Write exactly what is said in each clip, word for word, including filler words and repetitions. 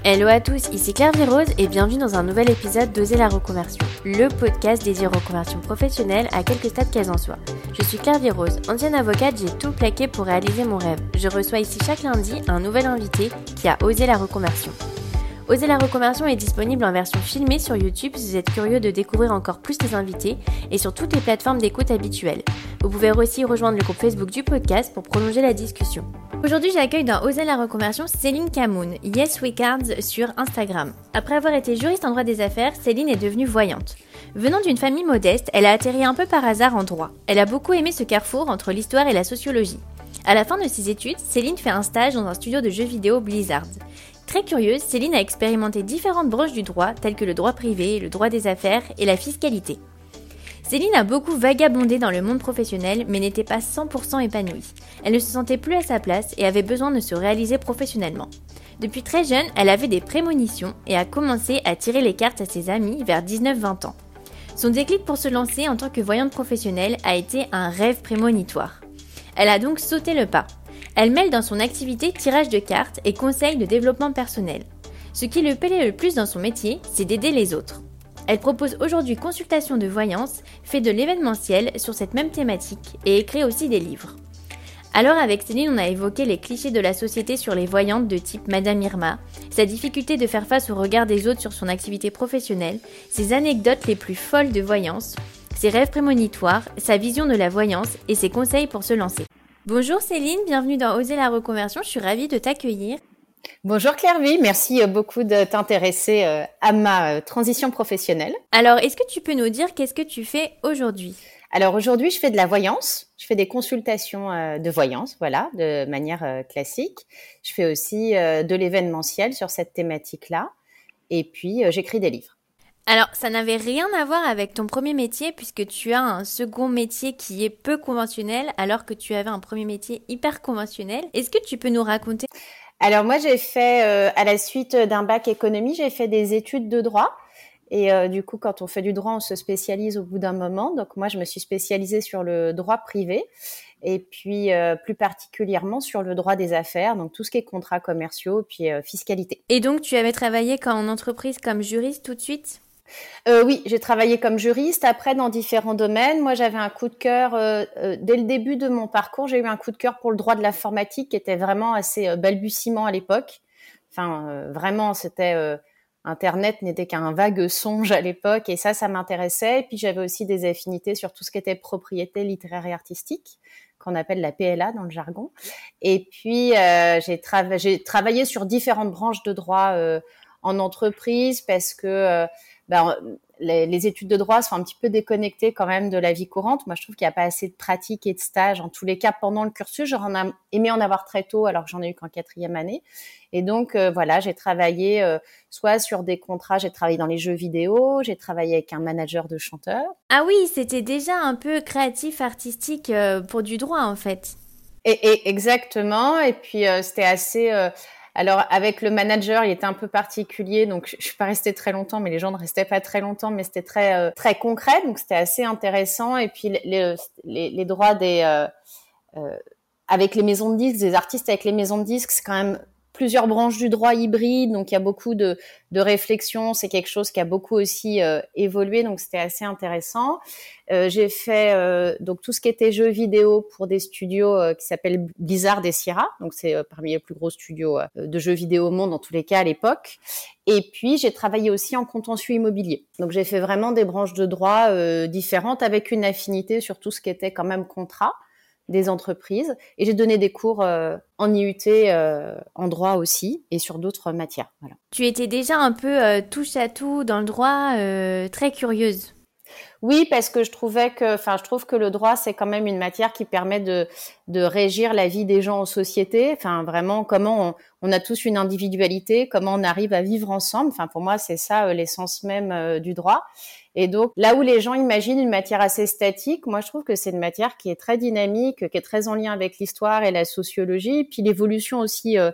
Hello à tous, ici Claire Virose et bienvenue dans un nouvel épisode d'Oser la reconversion, le podcast dédié aux reconversions professionnelles à quelque stade qu'elles en soient. Je suis Claire Virose, ancienne avocate, j'ai tout plaqué pour réaliser mon rêve. Je reçois ici chaque lundi un nouvel invité qui a osé la reconversion. Oser la reconversion est disponible en version filmée sur YouTube si vous êtes curieux de découvrir encore plus les invités et sur toutes les plateformes d'écoute habituelles. Vous pouvez aussi rejoindre le groupe Facebook du podcast pour prolonger la discussion. Aujourd'hui, j'accueille dans Oser la reconversion Céline Camoun, Yes We Cards sur Instagram. Après avoir été juriste en droit des affaires, Céline est devenue voyante. Venant d'une famille modeste, elle a atterri un peu par hasard en droit. Elle a beaucoup aimé ce carrefour entre l'histoire et la sociologie. À la fin de ses études, Céline fait un stage dans un studio de jeux vidéo Blizzard. Très curieuse, Céline a expérimenté différentes branches du droit, telles que le droit privé, le droit des affaires et la fiscalité. Céline a beaucoup vagabondé dans le monde professionnel, mais n'était pas cent pour cent épanouie. Elle ne se sentait plus à sa place et avait besoin de se réaliser professionnellement. Depuis très jeune, elle avait des prémonitions et a commencé à tirer les cartes à ses amis vers dix-neuf vingt ans. Son déclic pour se lancer en tant que voyante professionnelle a été un rêve prémonitoire. Elle a donc sauté le pas. Elle mêle dans son activité tirage de cartes et conseils de développement personnel. Ce qui le plaît le plus dans son métier, c'est d'aider les autres. Elle propose aujourd'hui consultations de voyance, fait de l'événementiel sur cette même thématique et écrit aussi des livres. Alors avec Céline, on a évoqué les clichés de la société sur les voyantes de type Madame Irma, sa difficulté de faire face au regard des autres sur son activité professionnelle, ses anecdotes les plus folles de voyance, ses rêves prémonitoires, sa vision de la voyance et ses conseils pour se lancer. Bonjour Céline, bienvenue dans Oser la reconversion, je suis ravie de t'accueillir. Bonjour Claire-Vie, merci beaucoup de t'intéresser à ma transition professionnelle. Alors, est-ce que tu peux nous dire qu'est-ce que tu fais aujourd'hui ? Alors aujourd'hui, je fais de la voyance, je fais des consultations de voyance, voilà, de manière classique. Je fais aussi de l'événementiel sur cette thématique-là et puis j'écris des livres. Alors, ça n'avait rien à voir avec ton premier métier puisque tu as un second métier qui est peu conventionnel alors que tu avais un premier métier hyper conventionnel. Est-ce que tu peux nous raconter ? Alors moi, j'ai fait, euh, à la suite d'un bac économie, j'ai fait des études de droit. Et euh, du coup, quand on fait du droit, on se spécialise au bout d'un moment. Donc moi, je me suis spécialisée sur le droit privé et puis euh, plus particulièrement sur le droit des affaires, donc tout ce qui est contrats commerciaux puis euh, fiscalité. Et donc, tu avais travaillé en entreprise comme juriste tout de suite ? Euh, oui, j'ai travaillé comme juriste, après dans différents domaines. Moi, j'avais un coup de cœur, euh, euh, dès le début de mon parcours, j'ai eu un coup de cœur pour le droit de l'informatique qui était vraiment assez euh, balbutiement à l'époque. Enfin, euh, vraiment, c'était... Euh, Internet n'était qu'un vague songe à l'époque et ça, ça m'intéressait. Et puis, j'avais aussi des affinités sur tout ce qui était propriété littéraire et artistique, qu'on appelle la P L A dans le jargon. Et puis, euh, j'ai, trava- j'ai travaillé sur différentes branches de droit euh, en entreprise parce que... Euh, Ben, les, les études de droit sont un petit peu déconnectées quand même de la vie courante. Moi, je trouve qu'il n'y a pas assez de pratique et de stage. En tous les cas, pendant le cursus, j'aurais aimé en avoir très tôt, alors que j'en ai eu qu'en quatrième année. Et donc, euh, voilà, j'ai travaillé euh, soit sur des contrats, j'ai travaillé dans les jeux vidéo, j'ai travaillé avec un manager de chanteurs. Ah oui, c'était déjà un peu créatif, artistique euh, pour du droit, en fait. Et, et exactement. Et puis, euh, c'était assez... Euh, Alors, avec le manager, il était un peu particulier, donc je, je suis pas restée très longtemps, mais les gens ne restaient pas très longtemps, mais c'était très euh, très concret, donc c'était assez intéressant. Et puis les les, les droits des euh, euh, avec les maisons de disques, des artistes avec les maisons de disques, c'est quand même plusieurs branches du droit hybride, donc il y a beaucoup de de réflexion. C'est quelque chose qui a beaucoup aussi euh, évolué, donc c'était assez intéressant. Euh, j'ai fait euh, donc tout ce qui était jeux vidéo pour des studios euh, qui s'appellent Blizzard et Sierra, donc c'est euh, parmi les plus gros studios euh, de jeux vidéo au monde, dans tous les cas à l'époque. Et puis j'ai travaillé aussi en contentieux immobilier, donc j'ai fait vraiment des branches de droit euh, différentes avec une affinité sur tout ce qui était quand même contrat des entreprises, et j'ai donné des cours euh, en I U T, euh, en droit aussi, et sur d'autres matières. Voilà. Tu étais déjà un peu euh, touche à tout dans le droit, euh, très curieuse. Oui, parce que je trouvais que, enfin, je trouve que le droit, c'est quand même une matière qui permet de de régir la vie des gens en société. Enfin, vraiment, comment on, on a tous une individualité, comment on arrive à vivre ensemble. Enfin, pour moi, c'est ça euh, l'essence même euh, du droit. Et donc, là où les gens imaginent une matière assez statique, moi, je trouve que c'est une matière qui est très dynamique, qui est très en lien avec l'histoire et la sociologie, puis l'évolution aussi euh,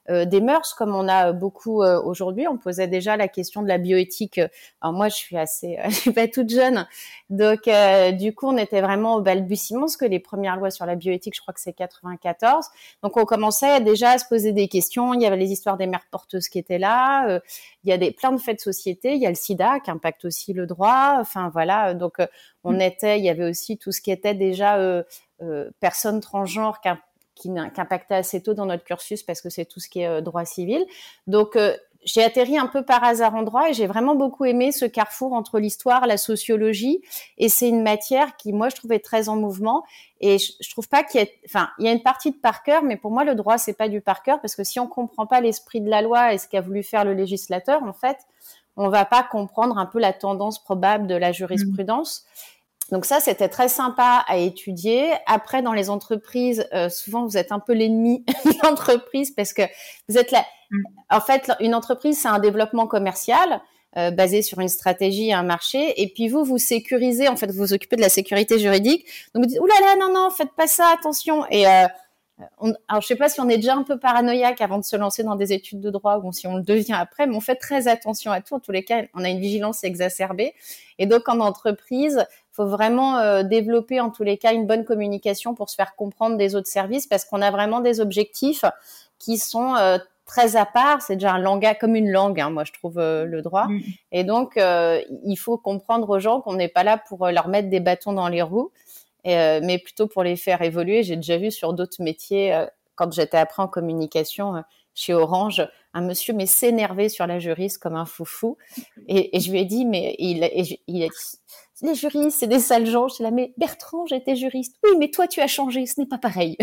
euh, des mœurs, comme on a beaucoup euh, aujourd'hui. On posait déjà la question de la bioéthique. Alors moi, je suis assez, je suis pas toute jeune, donc euh, du coup, on était vraiment au balbutiement, parce que les premières lois sur la bioéthique, je crois que c'est quatre-vingt-quatorze. Donc on commençait déjà à se poser des questions. Il y avait les histoires des mères porteuses qui étaient là. Euh, il y a des plein de faits de société. Il y a le SIDA qui impacte aussi le droit. Enfin voilà, donc euh, on était. Il y avait aussi tout ce qui était déjà euh, euh, personnes transgenres qui, qui, qui impactait assez tôt dans notre cursus, parce que c'est tout ce qui est euh, droit civil. Donc euh, j'ai atterri un peu par hasard en droit et j'ai vraiment beaucoup aimé ce carrefour entre l'histoire, la sociologie, et c'est une matière qui, moi, je trouvais très en mouvement. Et je, je trouve pas qu'il y ait, enfin, il y a une partie de par cœur, mais pour moi, le droit, c'est pas du par cœur, parce que si on comprend pas l'esprit de la loi et ce qu'a voulu faire le législateur, en fait, on va pas comprendre un peu la tendance probable de la jurisprudence. Mmh. Donc ça, c'était très sympa à étudier. Après, dans les entreprises, euh, souvent, vous êtes un peu l'ennemi de l'entreprise, parce que vous êtes là. Mmh. En fait, une entreprise, c'est un développement commercial euh, basé sur une stratégie et un marché. Et puis vous, vous sécurisez, en fait, vous vous occupez de la sécurité juridique. Donc vous dites, ouh là là, non, non, faites pas ça, attention. Et euh, on, alors je sais pas si on est déjà un peu paranoïaque avant de se lancer dans des études de droit, ou si on le devient après, mais on fait très attention à tout. En tous les cas, on a une vigilance exacerbée. Et donc en entreprise, faut vraiment euh, développer en tous les cas une bonne communication pour se faire comprendre des autres services, parce qu'on a vraiment des objectifs qui sont euh, très à part. C'est déjà un langage, comme une langue, hein, moi je trouve euh, le droit. Mmh. Et donc euh, il faut comprendre aux gens qu'on n'est pas là pour leur mettre des bâtons dans les roues, et, euh, mais plutôt pour les faire évoluer. J'ai déjà vu sur d'autres métiers, euh, quand j'étais après en communication euh, chez Orange, un monsieur mais s'énervait sur la juriste comme un foufou. Et, et je lui ai dit, mais il, et, il a dit, les juristes, c'est des sales gens. Je suis là, mais Bertrand, j'étais juriste. Oui, mais toi, tu as changé, ce n'est pas pareil.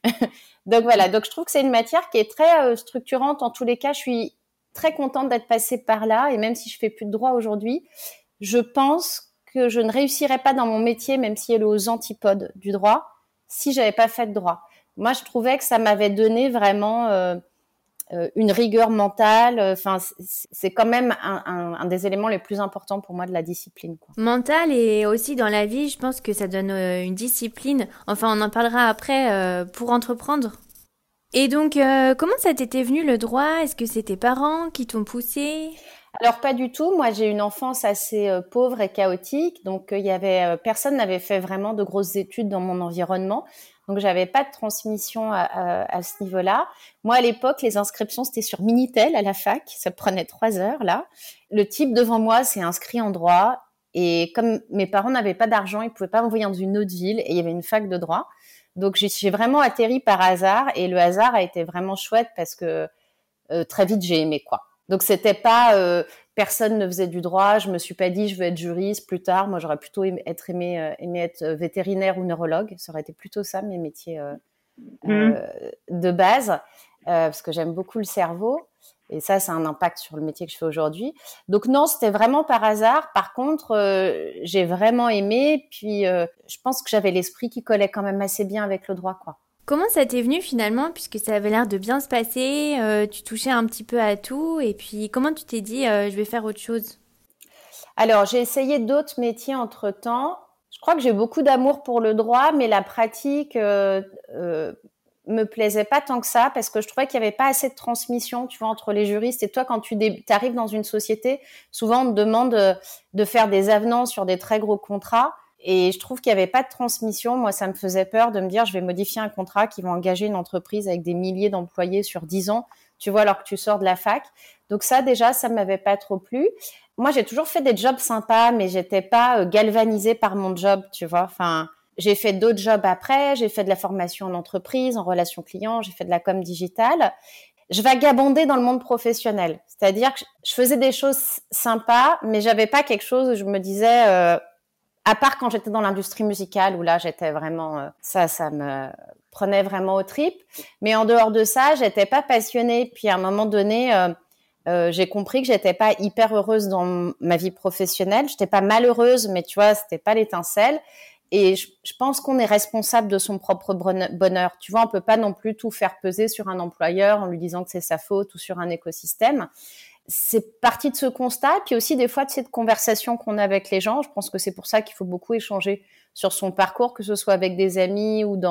Donc voilà, donc je trouve que c'est une matière qui est très euh, structurante. En tous les cas, je suis très contente d'être passée par là. Et même si je fais plus de droit aujourd'hui, je pense que je ne réussirais pas dans mon métier, même si elle est aux antipodes du droit, si j'avais pas fait de droit. Moi, je trouvais que ça m'avait donné vraiment euh, euh, une rigueur mentale. Enfin, c'est, c'est quand même un, un, un des éléments les plus importants pour moi de la discipline, quoi. Mentale, et aussi dans la vie, je pense que ça donne euh, une discipline. Enfin, on en parlera après euh, pour entreprendre. Et donc, euh, comment ça t'était venu le droit ? Est-ce que c'est tes parents qui t'ont poussé ? Alors pas du tout. Moi, j'ai une enfance assez euh, pauvre et chaotique, donc il euh, y avait euh, personne n'avait fait vraiment de grosses études dans mon environnement, donc j'avais pas de transmission à, à, à ce niveau-là. Moi, à l'époque, les inscriptions c'était sur Minitel à la fac, ça prenait trois heures là. Le type devant moi s'est inscrit en droit, et comme mes parents n'avaient pas d'argent, ils pouvaient pas m'envoyer dans une autre ville, et il y avait une fac de droit, donc j'ai, j'ai vraiment atterri par hasard, et le hasard a été vraiment chouette parce que euh, très vite j'ai aimé, quoi. Donc c'était pas euh, personne ne faisait du droit, je me suis pas dit je veux être juriste plus tard. Moi j'aurais plutôt aimé être aimé, euh, aimé être vétérinaire ou neurologue, ça aurait été plutôt ça mes métiers euh, mmh. euh, de base, euh, parce que j'aime beaucoup le cerveau, et ça ça a un impact sur le métier que je fais aujourd'hui. Donc non, c'était vraiment par hasard. Par contre euh, j'ai vraiment aimé, puis euh, je pense que j'avais l'esprit qui collait quand même assez bien avec le droit, quoi. Comment ça t'est venu finalement, puisque ça avait l'air de bien se passer, euh, tu touchais un petit peu à tout, et puis comment tu t'es dit euh, je vais faire autre chose ? Alors j'ai essayé d'autres métiers entre-temps. Je crois que j'ai beaucoup d'amour pour le droit, mais la pratique euh, euh, me plaisait pas tant que ça, parce que je trouvais qu'il y avait pas assez de transmission, tu vois, entre les juristes. Et toi, quand tu dé- arrives dans une société, souvent on te demande de faire des avenants sur des très gros contrats. Et je trouve qu'il n'y avait pas de transmission. Moi, ça me faisait peur de me dire, je vais modifier un contrat qui va engager une entreprise avec des milliers d'employés sur dix ans, tu vois, alors que tu sors de la fac. Donc ça, déjà, ça ne m'avait pas trop plu. Moi, j'ai toujours fait des jobs sympas, mais j'étais pas galvanisée par mon job, tu vois. Enfin, j'ai fait d'autres jobs après. J'ai fait de la formation en entreprise, en relations clients. J'ai fait de la com digitale. Je vagabondais dans le monde professionnel. C'est-à-dire que je faisais des choses sympas, mais j'avais pas quelque chose où je me disais... Euh, à part quand j'étais dans l'industrie musicale, où là, j'étais vraiment... Euh, ça, ça me prenait vraiment aux tripes. Mais en dehors de ça, j'étais pas passionnée. Puis à un moment donné, euh, euh, j'ai compris que j'étais pas hyper heureuse dans ma vie professionnelle. J'étais pas malheureuse, mais tu vois, c'était pas l'étincelle. Et je, je pense qu'on est responsable de son propre bonheur. Tu vois, on peut pas non plus tout faire peser sur un employeur en lui disant que c'est sa faute, ou sur un écosystème. C'est partie de ce constat, puis aussi des fois de cette conversation qu'on a avec les gens. Je pense que c'est pour ça qu'il faut beaucoup échanger sur son parcours, que ce soit avec des amis ou dans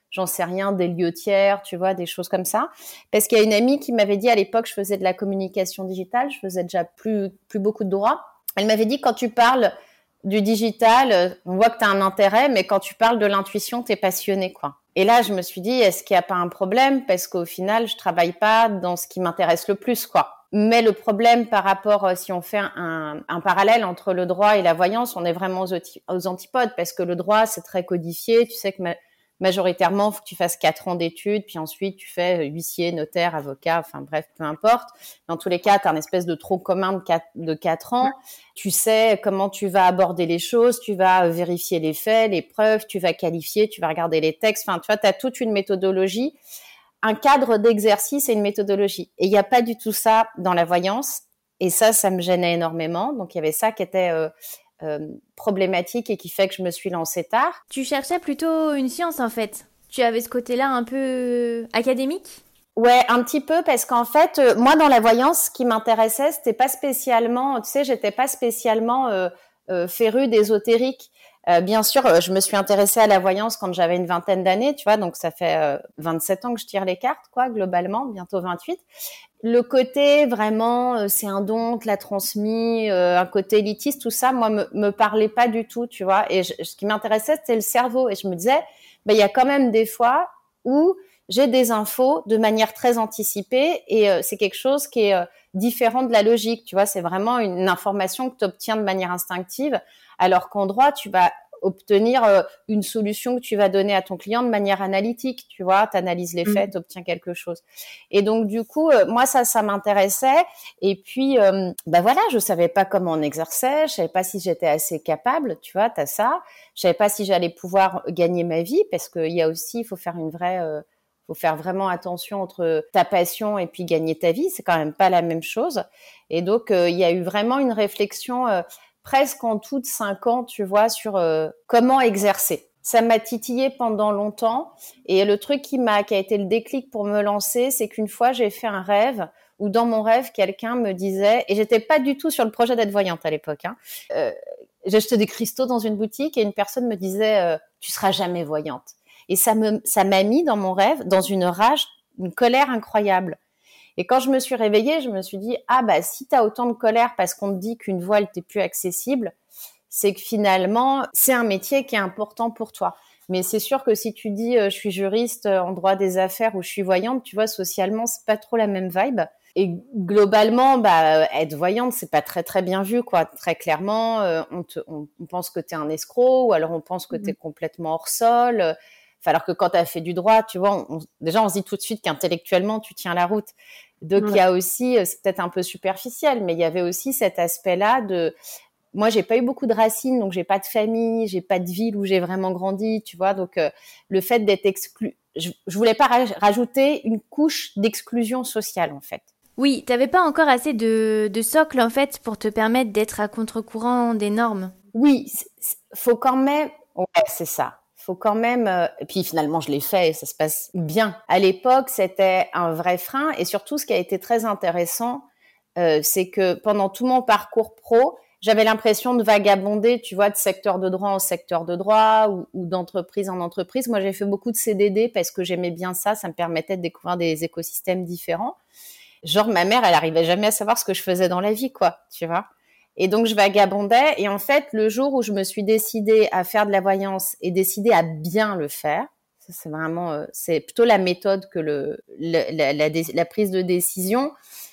j'en sais rien, des liotières, tu vois, des choses comme ça. Parce qu'il y a une amie qui m'avait dit, à l'époque, je faisais de la communication digitale, je faisais déjà plus, plus beaucoup de droit. Elle m'avait dit, quand tu parles du digital, on voit que tu as un intérêt, mais quand tu parles de l'intuition, tu es passionné, quoi. Et là, je me suis dit, est-ce qu'il n'y a pas un problème? Parce qu'au final, je travaille pas dans ce qui m'intéresse le plus, quoi. Mais le problème par rapport, si on fait un, un parallèle entre le droit et la voyance, on est vraiment aux, aux antipodes, parce que le droit, c'est très codifié. Tu sais que ma, majoritairement, il faut que tu fasses quatre ans d'études, puis ensuite tu fais huissier, notaire, avocat, enfin bref, peu importe. Dans tous les cas, tu as une espèce de tronc commun de quatre, de quatre ans. Tu sais comment tu vas aborder les choses, tu vas vérifier les faits, les preuves, tu vas qualifier, tu vas regarder les textes. Enfin, tu vois, tu as toute une méthodologie, un cadre d'exercice et une méthodologie. Et il n'y a pas du tout ça dans la voyance. Et ça, ça me gênait énormément. Donc, il y avait ça qui était... Euh, Euh, problématique et qui fait que je me suis lancée tard. Tu cherchais plutôt une science en fait. Tu avais ce côté-là un peu académique? Ouais, un petit peu parce qu'en fait, euh, moi dans la voyance, ce qui m'intéressait, c'était pas spécialement, tu sais, j'étais pas spécialement euh, euh, férue d'ésotérique. Euh, bien sûr, euh, je me suis intéressée à la voyance quand j'avais une vingtaine d'années, tu vois, donc ça fait euh, vingt-sept ans que je tire les cartes, quoi, globalement, bientôt vingt-huit. Le côté vraiment, euh, c'est un don, on te l'a transmis, euh, un côté élitiste, tout ça, moi, me, me parlait pas du tout, tu vois. Et je, ce qui m'intéressait, c'était le cerveau. Et je me disais, ben, il y a quand même des fois où j'ai des infos de manière très anticipée et euh, c'est quelque chose qui est euh, différent de la logique, tu vois. C'est vraiment une information que tu obtiens de manière instinctive, alors qu'en droit, tu vas obtenir euh, une solution que tu vas donner à ton client de manière analytique, tu vois, tu analyses les faits, tu obtiens quelque chose. Et donc du coup, euh, moi ça ça m'intéressait et puis euh, bah voilà, je savais pas comment on exerçait, je savais pas si j'étais assez capable, tu vois, tu as ça. Je savais pas si j'allais pouvoir gagner ma vie parce que il y a aussi il faut faire une vraie euh, faut faire vraiment attention entre ta passion et puis gagner ta vie, c'est quand même pas la même chose. Et donc euh, il y a eu vraiment une réflexion euh, presque en tout de cinq ans, tu vois, sur euh, comment exercer. Ça m'a titillé pendant longtemps et le truc qui m'a, qui a été le déclic pour me lancer, c'est qu'une fois j'ai fait un rêve où dans mon rêve quelqu'un me disait, et j'étais pas du tout sur le projet d'être voyante à l'époque, hein, euh, j'achetais des cristaux dans une boutique et une personne me disait euh, tu seras jamais voyante. Et ça me, ça m'a mis dans mon rêve dans une rage, une colère incroyable. Et quand je me suis réveillée, je me suis dit, ah bah si tu as autant de colère parce qu'on te dit qu'une voile t'est plus accessible, c'est que finalement, c'est un métier qui est important pour toi. Mais c'est sûr que si tu dis, euh, je suis juriste en droit des affaires ou je suis voyante, tu vois, socialement, c'est pas trop la même vibe. Et globalement, bah, être voyante, c'est pas très très bien vu, quoi. Très clairement, euh, on, te, on, on pense que t'es un escroc ou alors on pense que t'es complètement hors sol. Enfin, alors que quand tu as fait du droit, tu vois, on, on, déjà, on se dit tout de suite qu'intellectuellement, tu tiens la route. Donc, il ouais. y a aussi, c'est peut-être un peu superficiel, mais il y avait aussi cet aspect-là de... Moi, j'ai pas eu beaucoup de racines, donc j'ai pas de famille, j'ai pas de ville où j'ai vraiment grandi, tu vois. Donc, euh, le fait d'être exclu... Je, je voulais pas raj- rajouter une couche d'exclusion sociale, en fait. Oui, t'avais pas encore assez de, de socle, en fait, pour te permettre d'être à contre-courant des normes. Oui, c'est, c'est, faut quand même... Ouais, c'est ça. Faut quand même, euh, et puis finalement je l'ai fait et ça se passe bien. À l'époque, c'était un vrai frein et surtout ce qui a été très intéressant, euh, c'est que pendant tout mon parcours pro, j'avais l'impression de vagabonder, tu vois, de secteur de droit en secteur de droit ou, ou d'entreprise en entreprise. Moi, j'ai fait beaucoup de C D D parce que j'aimais bien ça, ça me permettait de découvrir des écosystèmes différents. Genre ma mère, elle arrivait jamais à savoir ce que je faisais dans la vie, quoi, tu vois. Et donc, je vagabondais. Et en fait, le jour où je me suis décidée à faire de la voyance et décidée à bien le faire, ça, c'est vraiment, euh, c'est plutôt la méthode que le, le la, la, la prise de décision.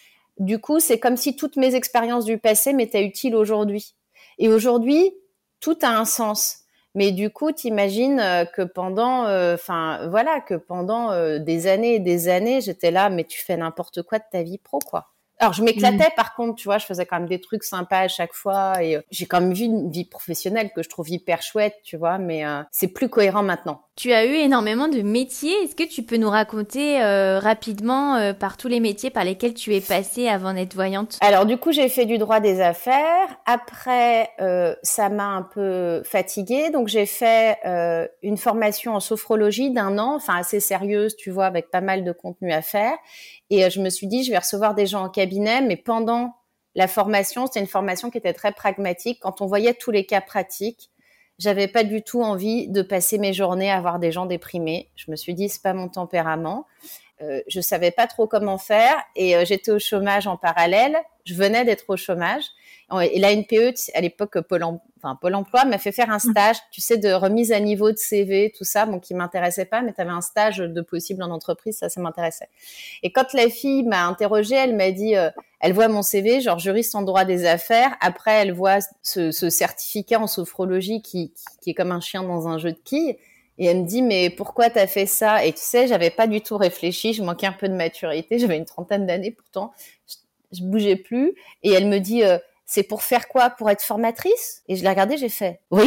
Du coup, c'est comme si toutes mes expériences du passé m'étaient utiles aujourd'hui. Et aujourd'hui, tout a un sens. Mais du coup, t'imagines que pendant, enfin, euh, voilà, que pendant euh, des années et des années, j'étais là, mais tu fais n'importe quoi de ta vie pro, quoi. Alors, je m'éclatais, mmh. par contre, tu vois, je faisais quand même des trucs sympas à chaque fois et euh, j'ai quand même vu une vie professionnelle que je trouve hyper chouette, tu vois, mais euh, c'est plus cohérent maintenant. Tu as eu énormément de métiers. Est-ce que tu peux nous raconter euh, rapidement euh, par tous les métiers par lesquels tu es passée avant d'être voyante? Alors, du coup, j'ai fait du droit des affaires. Après, euh, ça m'a un peu fatiguée. Donc, j'ai fait euh, une formation en sophrologie d'un an, enfin assez sérieuse, tu vois, avec pas mal de contenu à faire. Et euh, je me suis dit, je vais recevoir des gens en cabinet, mais pendant la formation, c'était une formation qui était très pragmatique. Quand on voyait tous les cas pratiques, j'avais pas du tout envie de passer mes journées à voir des gens déprimés. Je me suis dit, c'est pas mon tempérament. Euh, je savais pas trop comment faire et euh, j'étais au chômage en parallèle. Je venais d'être au chômage. Et la N P E, à l'époque, Pôle, em- enfin, Pôle emploi m'a fait faire un stage, tu sais, de remise à niveau de C V, tout ça, bon, qui m'intéressait pas, mais tu avais un stage de possible en entreprise, ça, ça m'intéressait. Et quand la fille m'a interrogée, elle m'a dit, euh, elle voit mon C V, genre juriste en droit des affaires. Après, elle voit ce, ce certificat en sophrologie qui, qui, qui est comme un chien dans un jeu de quilles. Et elle me dit, mais pourquoi t'as fait ça? Et tu sais, j'avais pas du tout réfléchi, je manquais un peu de maturité, j'avais une trentaine d'années pourtant, je, je bougeais plus. Et elle me dit, euh, c'est pour faire quoi? Pour être formatrice? Et je l'ai regardée, j'ai fait, oui.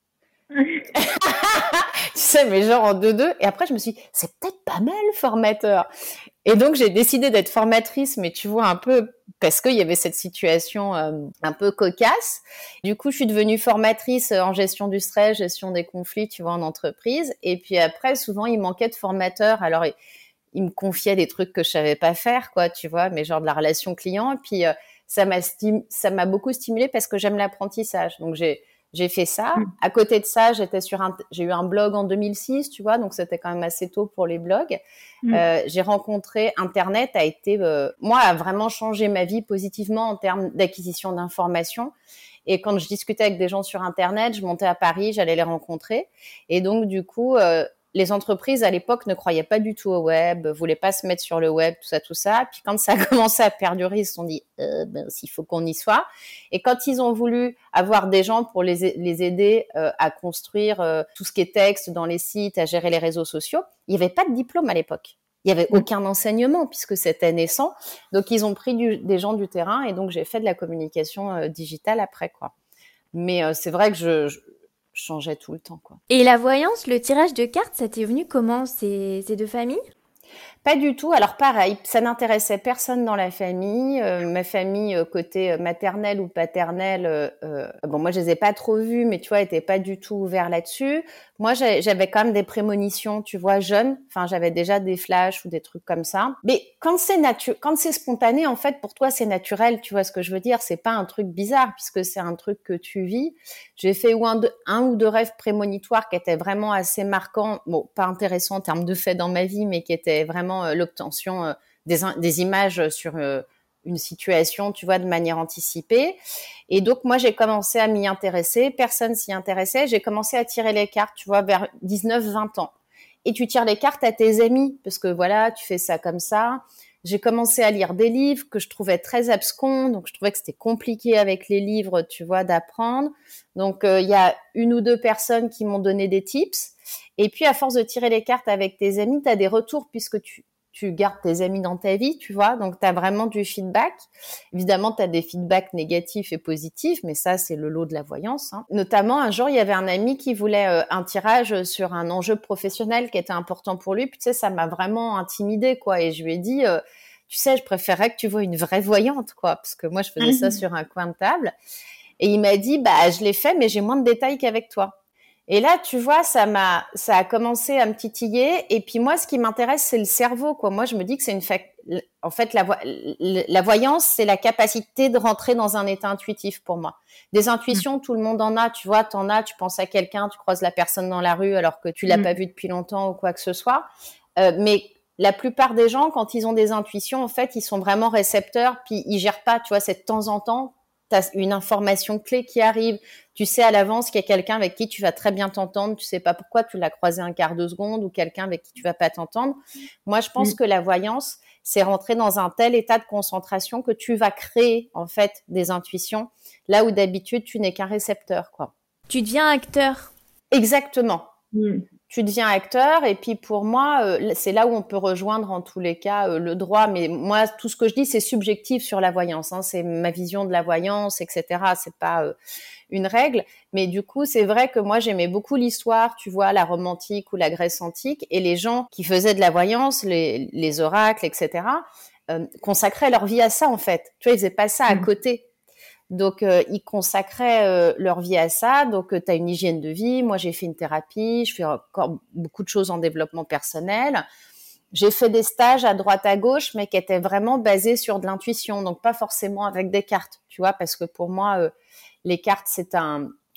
Tu sais, mais genre en deux-deux. Et après, je me suis dit, c'est peut-être pas mal, formateur. Et donc, j'ai décidé d'être formatrice, mais tu vois, un peu, parce qu'il y avait cette situation euh, un peu cocasse. Du coup, je suis devenue formatrice en gestion du stress, gestion des conflits, tu vois, en entreprise. Et puis après, souvent, il manquait de formateurs. Alors, il, il me confiait des trucs que je savais pas faire, quoi, tu vois, mais genre de la relation client. Et puis, euh, ça m'a stim- ça m'a beaucoup stimulée parce que j'aime l'apprentissage. Donc, j'ai J'ai fait ça. Mmh. À côté de ça, j'étais sur un, j'ai eu un blog en deux mille six, tu vois, donc c'était quand même assez tôt pour les blogs. Mmh. Euh, j'ai rencontré Internet, a été, euh, moi, a vraiment changé ma vie positivement en termes d'acquisition d'informations. Et quand je discutais avec des gens sur Internet, je montais à Paris, j'allais les rencontrer. Et donc, du coup, euh, les entreprises, à l'époque, ne croyaient pas du tout au web, voulaient pas se mettre sur le web, tout ça, tout ça. Puis quand ça a commencé à perdurer, ils se sont dit, euh, ben, s'il faut qu'on y soit. Et quand ils ont voulu avoir des gens pour les, les aider euh, à construire euh, tout ce qui est texte dans les sites, à gérer les réseaux sociaux, il n'y avait pas de diplôme à l'époque. Il n'y avait aucun enseignement puisque c'était naissant. Donc, ils ont pris du, des gens du terrain et donc j'ai fait de la communication euh, digitale après, quoi. Mais euh, c'est vrai que je... je changeais tout le temps, quoi. Et la voyance, le tirage de cartes, ça t'est venu comment, ces, ces deux familles? Pas du tout. Alors pareil, ça n'intéressait personne dans la famille. Euh, ma famille, euh, côté maternelle ou paternelle, euh, euh, bon, moi je les ai pas trop vus, mais tu vois, étaient pas du tout ouverts là-dessus. Moi, j'avais quand même des prémonitions, tu vois, jeune. Enfin, j'avais déjà des flashs ou des trucs comme ça. Mais quand c'est natu- quand c'est spontané, en fait, pour toi, c'est naturel. Tu vois ce que je veux dire? C'est pas un truc bizarre puisque c'est un truc que tu vis. J'ai fait un, deux, un ou deux rêves prémonitoires qui étaient vraiment assez marquants. Bon, pas intéressants en termes de faits dans ma vie, mais qui étaient vraiment euh, l'obtention euh, des, des images sur euh, une situation, tu vois, de manière anticipée. Et donc, moi, j'ai commencé à m'y intéresser. Personne s'y intéressait. J'ai commencé à tirer les cartes, tu vois, vers dix-neuf vingt ans. Et tu tires les cartes à tes amis parce que, voilà, tu fais ça comme ça. J'ai commencé à lire des livres que je trouvais très abscons. Donc, je trouvais que c'était compliqué avec les livres, tu vois, d'apprendre. Donc, il euh, y a une ou deux personnes qui m'ont donné des tips. Et puis, à force de tirer les cartes avec tes amis, tu as des retours puisque tu... tu gardes tes amis dans ta vie, tu vois, donc tu as vraiment du feedback. Évidemment, tu as des feedbacks négatifs et positifs, mais ça, c'est le lot de la voyance. Hein. Notamment, un jour, il y avait un ami qui voulait euh, un tirage sur un enjeu professionnel qui était important pour lui. Puis, tu sais, ça m'a vraiment intimidée, quoi. Et je lui ai dit, euh, tu sais, je préférerais que tu vois une vraie voyante, quoi, parce que moi, je faisais ça sur un coin de table. Et il m'a dit, bah, je l'ai fait, mais j'ai moins de détails qu'avec toi. Et là, tu vois, ça m'a, ça a commencé à me titiller. Et puis moi, ce qui m'intéresse, c'est le cerveau, quoi. Moi, je me dis que c'est une fac... en fait, la, vo... la voyance, c'est la capacité de rentrer dans un état intuitif pour moi. Des intuitions, mmh. tout le monde en a. Tu vois, t'en as. Tu penses à quelqu'un, tu croises la personne dans la rue alors que tu l'as mmh. pas vu depuis longtemps ou quoi que ce soit. Euh, mais la plupart des gens, quand ils ont des intuitions, en fait, ils sont vraiment récepteurs. Puis ils gèrent pas. Tu vois, c'est de temps en temps. Tu as une information clé qui arrive, tu sais à l'avance qu'il y a quelqu'un avec qui tu vas très bien t'entendre, tu sais pas pourquoi, tu l'as croisé un quart de seconde ou quelqu'un avec qui tu vas pas t'entendre. Moi, je pense mmh. que la voyance, c'est rentrer dans un tel état de concentration que tu vas créer en fait des intuitions, là où d'habitude, tu n'es qu'un récepteur, quoi. Tu deviens acteur. Exactement. Mmh. Tu deviens acteur et puis pour moi, euh, c'est là où on peut rejoindre en tous les cas euh, le droit. Mais moi, tout ce que je dis, c'est subjectif sur la voyance. Hein, c'est ma vision de la voyance, et cetera. C'est pas euh, une règle. Mais du coup, c'est vrai que moi, j'aimais beaucoup l'histoire, tu vois, la Rome antique ou la Grèce antique. Et les gens qui faisaient de la voyance, les, les oracles, et cetera, euh, consacraient leur vie à ça, en fait. Tu vois, ils faisaient pas ça à côté. Donc, euh, ils consacraient euh, leur vie à ça. Donc, euh, tu as une hygiène de vie. Moi, j'ai fait une thérapie. Je fais encore beaucoup de choses en développement personnel. J'ai fait des stages à droite à gauche, mais qui étaient vraiment basés sur de l'intuition. Donc, pas forcément avec des cartes, tu vois, parce que pour moi, euh, les cartes, c'est un...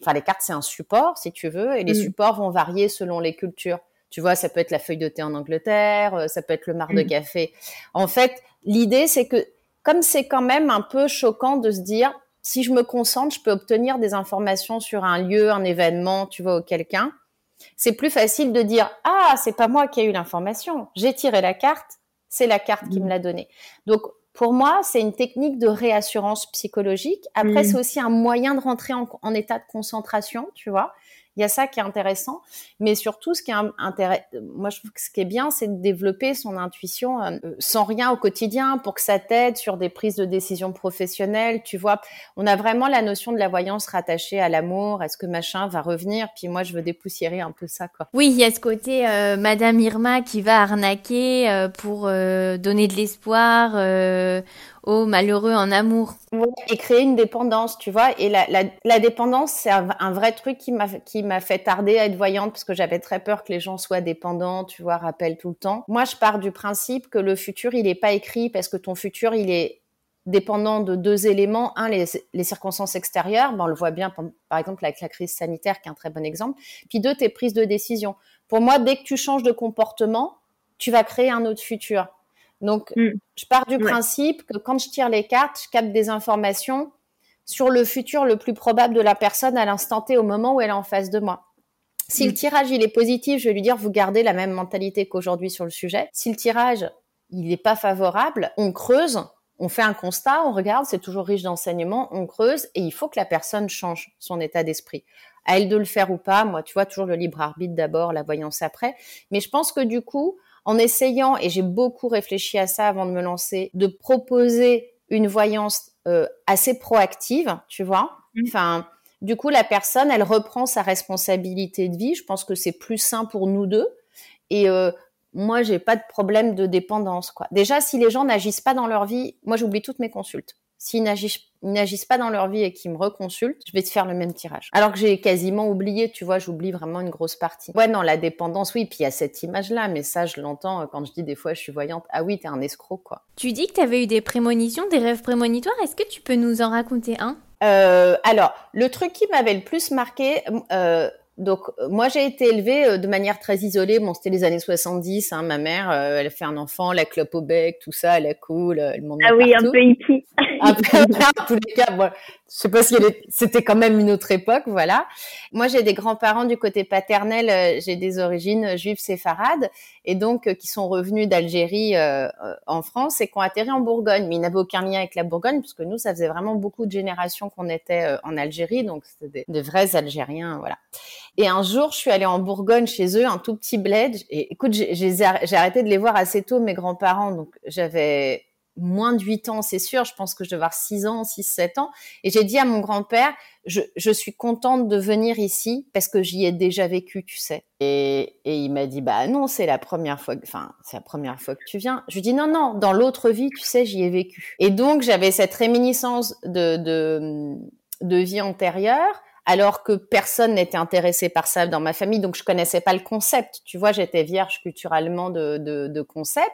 enfin les cartes c'est un support si tu veux, et les mmh. supports vont varier selon les cultures. Tu vois, ça peut être la feuille de thé en Angleterre, ça peut être le marc mmh. de café. En fait, l'idée c'est que comme c'est quand même un peu choquant de se dire, si je me concentre, je peux obtenir des informations sur un lieu, un événement, tu vois, ou quelqu'un. C'est plus facile de dire, ah, c'est pas moi qui ai eu l'information. J'ai tiré la carte, c'est la carte mmh. qui me l'a donnée. Donc, pour moi, c'est une technique de réassurance psychologique. Après, mmh. c'est aussi un moyen de rentrer en, en état de concentration, tu vois. Il y a ça qui est intéressant, mais surtout, ce qui est intéressant, moi, je trouve que ce qui est bien, c'est de développer son intuition euh, sans rien au quotidien pour que ça t'aide sur des prises de décision professionnelles. Tu vois, on a vraiment la notion de la voyance rattachée à l'amour. Est-ce que machin va revenir? Puis moi, je veux dépoussiérer un peu ça, quoi. Oui, il y a ce côté euh, Madame Irma qui va arnaquer euh, pour euh, donner de l'espoir euh, aux malheureux en amour. Ouais, et créer une dépendance, tu vois. Et la, la, la dépendance, c'est un, un vrai truc qui m'a, qui m'a fait tarder à être voyante parce que j'avais très peur que les gens soient dépendants, tu vois, rappellent tout le temps. Moi, je pars du principe que le futur, il est pas écrit parce que ton futur, il est dépendant de deux éléments. Un, les, les circonstances extérieures. Ben, on le voit bien, par exemple, avec la crise sanitaire, qui est un très bon exemple. Puis deux, tes prises de décision. Pour moi, dès que tu changes de comportement, tu vas créer un autre futur. Donc, mmh. je pars du ouais. principe que quand je tire les cartes, je capte des informations sur le futur le plus probable de la personne à l'instant T, au moment où elle est en face de moi. Si mmh. le tirage, il est positif, je vais lui dire, vous gardez la même mentalité qu'aujourd'hui sur le sujet. Si le tirage, il n'est pas favorable, on creuse, on fait un constat, on regarde, c'est toujours riche d'enseignements, on creuse et il faut que la personne change son état d'esprit. À elle de le faire ou pas. Moi, tu vois, toujours le libre arbitre d'abord, la voyance après. Mais je pense que du coup, en essayant, et j'ai beaucoup réfléchi à ça avant de me lancer, de proposer une voyance euh, assez proactive, tu vois. Mmh. Enfin, du coup, la personne, elle reprend sa responsabilité de vie. Je pense que c'est plus sain pour nous deux. Et euh, moi, j'ai pas de problème de dépendance, quoi. Déjà, si les gens n'agissent pas dans leur vie, moi, j'oublie toutes mes consultes. S'ils n'agissent, ils n'agissent pas dans leur vie et qu'ils me reconsultent, je vais te faire le même tirage. Alors que j'ai quasiment oublié, tu vois, j'oublie vraiment une grosse partie. Ouais, non, la dépendance, oui, puis il y a cette image-là, mais ça, je l'entends quand je dis des fois, je suis voyante. Ah oui, t'es un escroc, quoi. Tu dis que t'avais eu des prémonitions, des rêves prémonitoires. Est-ce que tu peux nous en raconter un? euh, Alors, le truc qui m'avait le plus marqué... Euh, Donc, moi, j'ai été élevée de manière très isolée. Bon, c'était les années soixante-dix. Hein, ma mère, euh, elle a fait un enfant, la clope au bec, tout ça, elle est cool, elle m'emmène Ah oui, partout. un peu hippie. Un peu, en tous les cas, bon, je sais pas si elle est, c'était quand même une autre époque, voilà. Moi, j'ai des grands-parents du côté paternel, euh, j'ai des origines juives séfarades, et donc euh, qui sont revenus d'Algérie euh, en France et qui ont atterri en Bourgogne. Mais ils n'avaient aucun lien avec la Bourgogne, parce que nous, ça faisait vraiment beaucoup de générations qu'on était euh, en Algérie, donc c'était des, des vrais Algériens, voilà. Et un jour, je suis allée en Bourgogne chez eux, un tout petit bled. Et écoute, j'ai, j'ai, j'ai arrêté de les voir assez tôt, mes grands-parents. Donc, j'avais moins de huit ans, c'est sûr. Je pense que je devais avoir six ans, six, sept ans. Et j'ai dit à mon grand-père, je, je suis contente de venir ici parce que j'y ai déjà vécu, tu sais. Et, et il m'a dit, bah non, c'est la première fois, que, enfin, c'est la première fois que tu viens. Je lui dis, non, non, dans l'autre vie, tu sais, j'y ai vécu. Et donc, j'avais cette réminiscence de, de, de vie antérieure, alors que personne n'était intéressé par ça dans ma famille, donc je connaissais pas le concept. Tu vois, j'étais vierge culturellement de, de, de concept.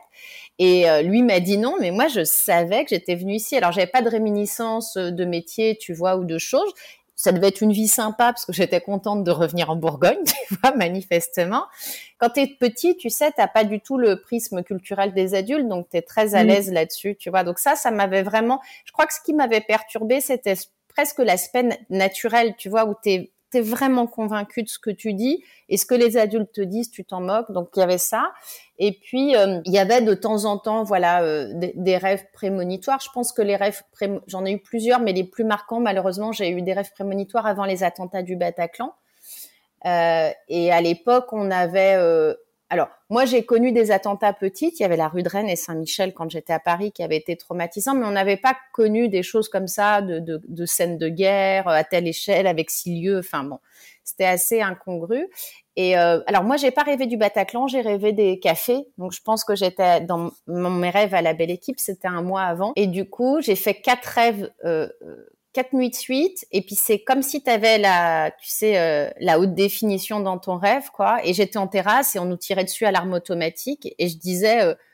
Et euh, lui m'a dit non, mais moi, je savais que j'étais venue ici. Alors, j'avais pas de réminiscence de métier, tu vois, ou de choses. Ça devait être une vie sympa parce que j'étais contente de revenir en Bourgogne, tu vois, manifestement. Quand t'es petit, tu sais, t'as pas du tout le prisme culturel des adultes, donc t'es très à l'aise mmh. là-dessus, tu vois. Donc ça, ça m'avait vraiment... Je crois que ce qui m'avait perturbée, c'était presque l'aspect naturel, tu vois, où t'es, t'es vraiment convaincu de ce que tu dis et ce que les adultes te disent, tu t'en moques. Donc, il y avait ça. Et puis, euh, il y avait de temps en temps, voilà, euh, des, des rêves prémonitoires. Je pense que les rêves, pré... j'en ai eu plusieurs, mais les plus marquants, malheureusement, j'ai eu des rêves prémonitoires avant les attentats du Bataclan. Euh, et à l'époque, on avait... Euh, Alors, moi, j'ai connu des attentats petites. Il y avait la rue de Rennes et Saint-Michel quand j'étais à Paris qui avaient été traumatisants, mais on n'avait pas connu des choses comme ça, de, de, de scènes de guerre à telle échelle avec six lieux. Enfin bon, c'était assez incongru. Et euh, alors moi, j'ai pas rêvé du Bataclan, j'ai rêvé des cafés. Donc je pense que j'étais dans mon, mes rêves à la Belle Équipe, c'était un mois avant. Et du coup, j'ai fait quatre rêves. Euh, quatre nuits de suite, et puis c'est comme si tu avais la, tu sais, euh, la haute définition dans ton rêve, quoi. Et j'étais en terrasse et on nous tirait dessus à l'arme automatique, et je disais, euh,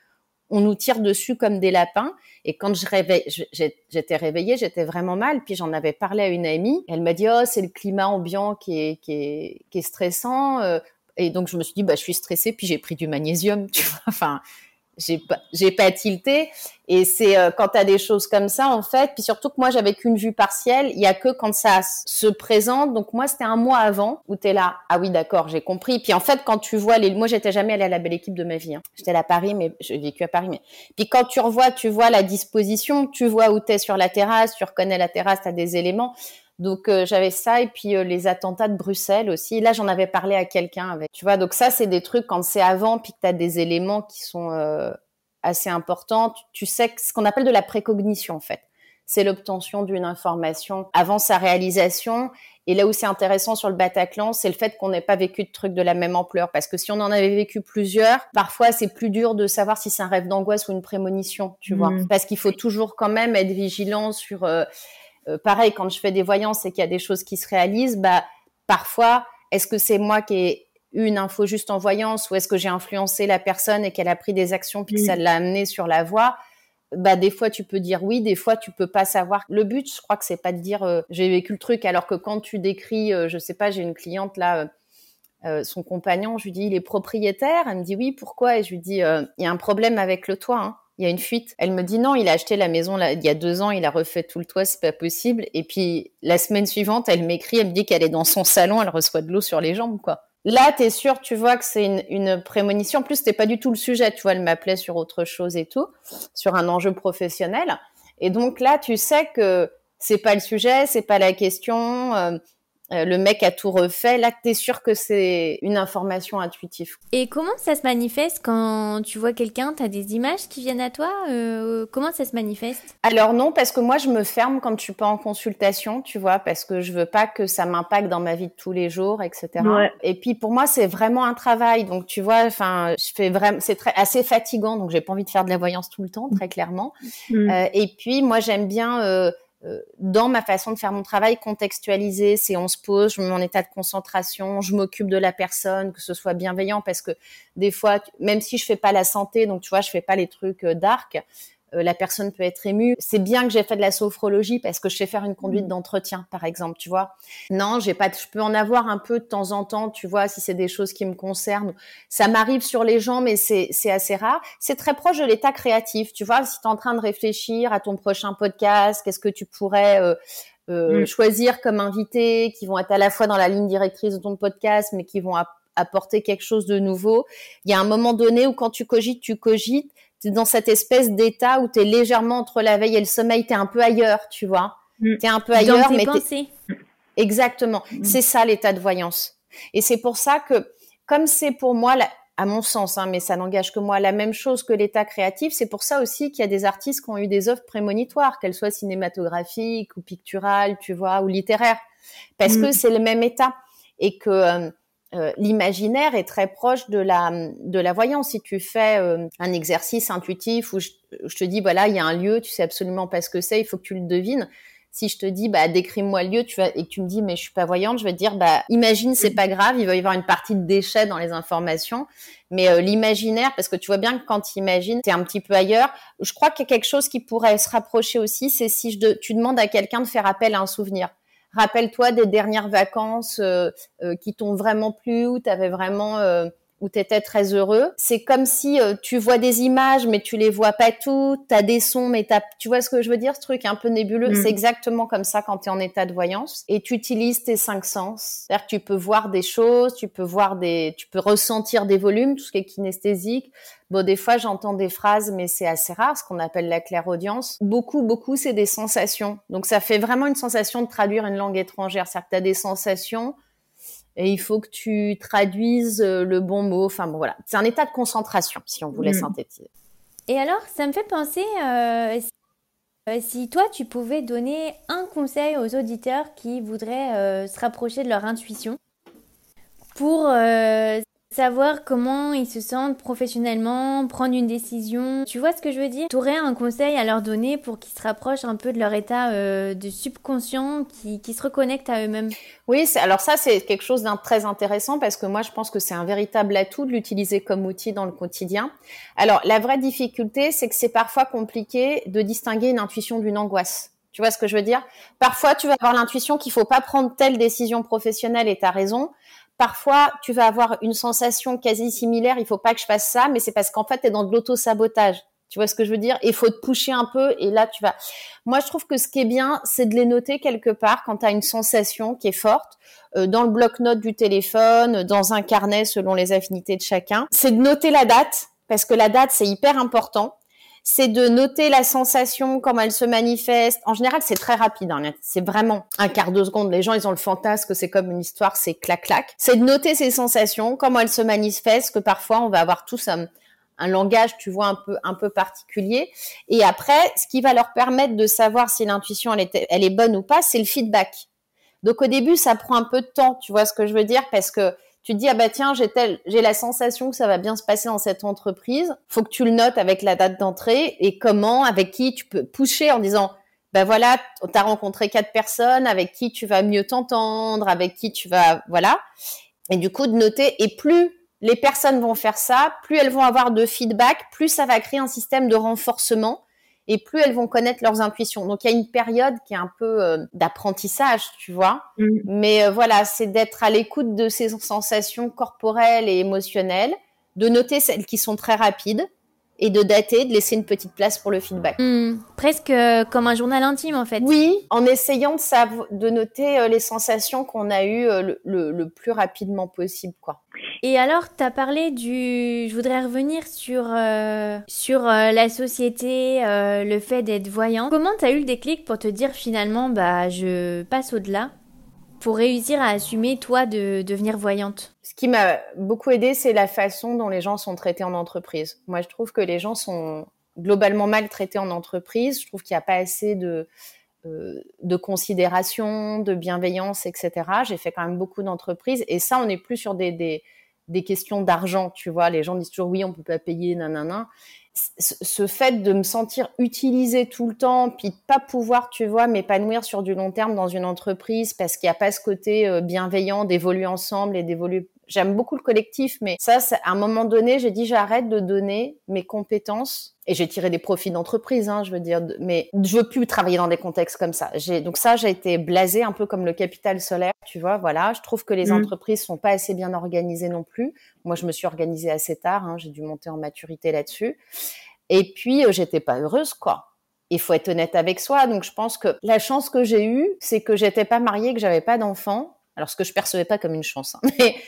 on nous tire dessus comme des lapins. Et quand je réveille, j'étais réveillée, j'étais vraiment mal. Puis j'en avais parlé à une amie. Elle m'a dit, oh, c'est le climat ambiant qui est, qui est, qui est stressant. Et donc, je me suis dit, bah, je suis stressée. Puis j'ai pris du magnésium, tu vois. Enfin, j'ai pas, j'ai pas tilté. Et c'est euh, quand t'as des choses comme ça, en fait. Puis surtout que moi, j'avais qu'une vue partielle. Il y a que quand ça se présente. Donc moi, c'était un mois avant où t'es là. Ah oui, d'accord, j'ai compris. Puis en fait, quand tu vois les, moi, j'étais jamais allée à la Belle Équipe de ma vie. Hein. J'étais allée à Paris, mais j'ai vécu à Paris. Mais puis quand tu revois, tu vois la disposition, tu vois où t'es sur la terrasse, tu reconnais la terrasse, t'as des éléments. Donc euh, j'avais ça et puis euh, les attentats de Bruxelles aussi. Là, j'en avais parlé à quelqu'un avec. Tu vois, donc ça, c'est des trucs quand c'est avant, puis que t'as des éléments qui sont euh, assez importants. Tu, tu sais que ce qu'on appelle de la précognition, en fait. C'est l'obtention d'une information avant sa réalisation. Et là où c'est intéressant sur le Bataclan, c'est le fait qu'on n'ait pas vécu de trucs de la même ampleur. Parce que si on en avait vécu plusieurs, parfois c'est plus dur de savoir si c'est un rêve d'angoisse ou une prémonition, tu mmh. vois. Parce qu'il faut toujours quand même être vigilant sur... Euh, Euh, pareil, quand je fais des voyances et qu'il y a des choses qui se réalisent, bah, parfois, est-ce que c'est moi qui ai eu une info juste en voyance ou est-ce que j'ai influencé la personne et qu'elle a pris des actions puis que ça l'a amené sur la voie? Bah, des fois, tu peux dire oui, des fois, tu peux pas savoir. Le but, je crois que c'est pas de dire euh, j'ai vécu le truc, alors que quand tu décris, euh, je sais pas, j'ai une cliente là, euh, euh, son compagnon, je lui dis il est propriétaire. Elle me dit oui, pourquoi? Et je lui dis il euh, y a un problème avec le toit, hein. Il y a une fuite. Elle me dit non, il a acheté la maison là, il y a deux ans, il a refait tout le toit, c'est pas possible. Et puis la semaine suivante, elle m'écrit, elle me dit qu'elle est dans son salon, elle reçoit de l'eau sur les jambes, quoi. Là, t'es sûr, tu vois que c'est une, une prémonition. En plus, c'était pas du tout le sujet, tu vois, elle m'appelait sur autre chose et tout, sur un enjeu professionnel. Et donc là, tu sais que c'est pas le sujet, c'est pas la question. Euh, Euh, le mec a tout refait, là t'es sûr que c'est une information intuitive. Et comment ça se manifeste quand tu vois quelqu'un? T'as des images qui viennent à toi? euh, Comment ça se manifeste? Alors non, parce que moi je me ferme quand je suis pas en consultation, tu vois, parce que je veux pas que ça m'impacte dans ma vie de tous les jours, et cetera. Ouais. Et puis pour moi c'est vraiment un travail, donc tu vois, enfin je fais vraiment, c'est très assez fatigant, donc j'ai pas envie de faire de la voyance tout le temps, très clairement. Mmh. Euh, et puis moi j'aime bien euh, dans ma façon de faire mon travail, contextualiser, c'est on se pose, je me mets en état de concentration, je m'occupe de la personne, que ce soit bienveillant, parce que des fois, même si je fais pas la santé, donc tu vois, je fais pas les trucs dark, euh, la personne peut être émue. C'est bien que j'ai fait de la sophrologie parce que je sais faire une conduite d'entretien, par exemple, tu vois. Non, j'ai pas, je peux en avoir un peu de temps en temps, tu vois, si c'est des choses qui me concernent. Ça m'arrive sur les gens, mais c'est, c'est assez rare. C'est très proche de l'état créatif, tu vois. Si t'es en train de réfléchir à ton prochain podcast, qu'est-ce que tu pourrais euh, euh, mmh. choisir comme invité, qui vont être à la fois dans la ligne directrice de ton podcast, mais qui vont app- apporter quelque chose de nouveau. Il y a un moment donné où quand tu cogites, tu cogites. T'es dans cette espèce d'état où t'es légèrement entre la veille et le sommeil, t'es un peu ailleurs, tu vois. Mmh. T'es un peu ailleurs, dans tes mais pensées. T'es... Exactement. Mmh. C'est ça l'état de voyance. Et c'est pour ça que, comme c'est pour moi, la... à mon sens, hein, mais ça n'engage que moi, la même chose que l'état créatif, c'est pour ça aussi qu'il y a des artistes qui ont eu des œuvres prémonitoires, qu'elles soient cinématographiques ou picturales, tu vois, ou littéraires, parce mmh. que c'est le même état et que euh, Euh, l'imaginaire est très proche de la de la voyance. Si tu fais euh, un exercice intuitif où je, je te dis voilà il y a un lieu, tu sais absolument pas ce que c'est, il faut que tu le devines. Si je te dis bah décris-moi le lieu, tu vas et que tu me dis mais je suis pas voyante, je vais te dire bah imagine, c'est pas grave, il va y avoir une partie de déchets dans les informations, mais euh, l'imaginaire, parce que tu vois bien que quand tu imagines, t'es un petit peu ailleurs. Je crois qu'il y a quelque chose qui pourrait se rapprocher aussi, c'est si je de, tu demandes à quelqu'un de faire appel à un souvenir. Rappelle-toi des dernières vacances euh, euh, qui t'ont vraiment plu, où t'avais vraiment, euh, où t'étais très heureux. C'est comme si euh, tu vois des images, mais tu les vois pas toutes. T'as des sons, mais t'as, tu vois ce que je veux dire, ce truc un peu nébuleux. Mmh. C'est exactement comme ça quand t'es en état de voyance et tu utilises tes cinq sens. C'est-à-dire que tu peux voir des choses, tu peux voir des, tu peux ressentir des volumes, tout ce qui est kinesthésique. Bon, des fois, j'entends des phrases, mais c'est assez rare, ce qu'on appelle la clairaudience. Beaucoup, beaucoup, c'est des sensations. Donc, ça fait vraiment une sensation de traduire une langue étrangère. C'est-à-dire que tu as des sensations et il faut que tu traduises le bon mot. Enfin, bon, voilà. C'est un état de concentration, si on voulait mmh. synthétiser. Et alors, ça me fait penser, euh, si, euh, si toi, tu pouvais donner un conseil aux auditeurs qui voudraient euh, se rapprocher de leur intuition pour... Euh, savoir comment ils se sentent professionnellement, prendre une décision. Tu vois ce que je veux dire? Tu aurais un conseil à leur donner pour qu'ils se rapprochent un peu de leur état euh, de subconscient, qui, qui se reconnectent à eux-mêmes? Oui, c'est, alors ça, c'est quelque chose d'un très intéressant parce que moi, je pense que c'est un véritable atout de l'utiliser comme outil dans le quotidien. Alors, la vraie difficulté, c'est que c'est parfois compliqué de distinguer une intuition d'une angoisse. Tu vois ce que je veux dire? Parfois, tu vas avoir l'intuition qu'il faut pas prendre telle décision professionnelle et tu as raison. Parfois, tu vas avoir une sensation quasi similaire, il faut pas que je fasse ça, mais c'est parce qu'en fait, tu es dans de l'auto-sabotage. Tu vois ce que je veux dire? Il faut te pusher un peu et là, tu vas... Moi, je trouve que ce qui est bien, c'est de les noter quelque part quand tu as une sensation qui est forte, euh, dans le bloc-notes du téléphone, dans un carnet selon les affinités de chacun. C'est de noter la date, parce que la date, c'est hyper important. C'est de noter la sensation, comment elle se manifeste. En général, c'est très rapide. Hein. C'est vraiment un quart de seconde. Les gens, ils ont le fantasme que c'est comme une histoire, c'est clac-clac. C'est de noter ces sensations, comment elles se manifestent, que parfois, on va avoir tous un, un langage, tu vois, un peu, un peu particulier. Et après, ce qui va leur permettre de savoir si l'intuition, elle est, elle est bonne ou pas, c'est le feedback. Donc, au début, ça prend un peu de temps, tu vois ce que je veux dire, parce que tu te dis, ah bah tiens, j'ai, tel, j'ai la sensation que ça va bien se passer dans cette entreprise. Faut que tu le notes avec la date d'entrée et comment, avec qui tu peux pusher en disant, bah voilà, t'as rencontré quatre personnes avec qui tu vas mieux t'entendre, avec qui tu vas, voilà. Et du coup, de noter. Et plus les personnes vont faire ça, plus elles vont avoir de feedback, plus ça va créer un système de renforcement. Et plus elles vont connaître leurs intuitions. Donc, il y a une période qui est un peu euh, d'apprentissage, tu vois. Mmh. Mais euh, voilà, c'est d'être à l'écoute de ces sensations corporelles et émotionnelles, de noter celles qui sont très rapides et de dater, de laisser une petite place pour le feedback. Mmh, presque euh, comme un journal intime, en fait. Oui, en essayant de, sav- de noter euh, les sensations qu'on a eues euh, le, le, le plus rapidement possible, quoi. Et alors, tu as parlé du... Je voudrais revenir sur, euh, sur euh, la société, euh, le fait d'être voyant. Comment tu as eu le déclic pour te dire finalement, bah, je passe au-delà pour réussir à assumer, toi, de devenir voyante? Ce qui m'a beaucoup aidé, c'est la façon dont les gens sont traités en entreprise. Moi, je trouve que les gens sont globalement mal traités en entreprise. Je trouve qu'il n'y a pas assez de... de considération, de bienveillance, et cetera. J'ai fait quand même beaucoup d'entreprises et ça, on n'est plus sur des, des, des questions d'argent, tu vois. Les gens disent toujours oui, on peut pas payer, nanana. Ce fait de me sentir utilisée tout le temps, puis de pas pouvoir, tu vois, m'épanouir sur du long terme dans une entreprise parce qu'il n'y a pas ce côté bienveillant d'évoluer ensemble et d'évoluer. J'aime beaucoup le collectif, mais ça, à un moment donné, j'ai dit j'arrête de donner mes compétences et j'ai tiré des profits d'entreprise, hein, je veux dire, mais je veux plus travailler dans des contextes comme ça. J'ai, donc ça, j'ai été blasée un peu comme le capital solaire, tu vois, voilà. Je trouve que les mmh. entreprises sont pas assez bien organisées non plus. Moi, je me suis organisée assez tard, hein, j'ai dû monter en maturité là-dessus. Et puis, euh, j'étais pas heureuse, quoi. Il faut être honnête avec soi. Donc, je pense que la chance que j'ai eue, c'est que j'étais pas mariée, que j'avais pas d'enfants. Alors, ce que je percevais pas comme une chance, hein, mais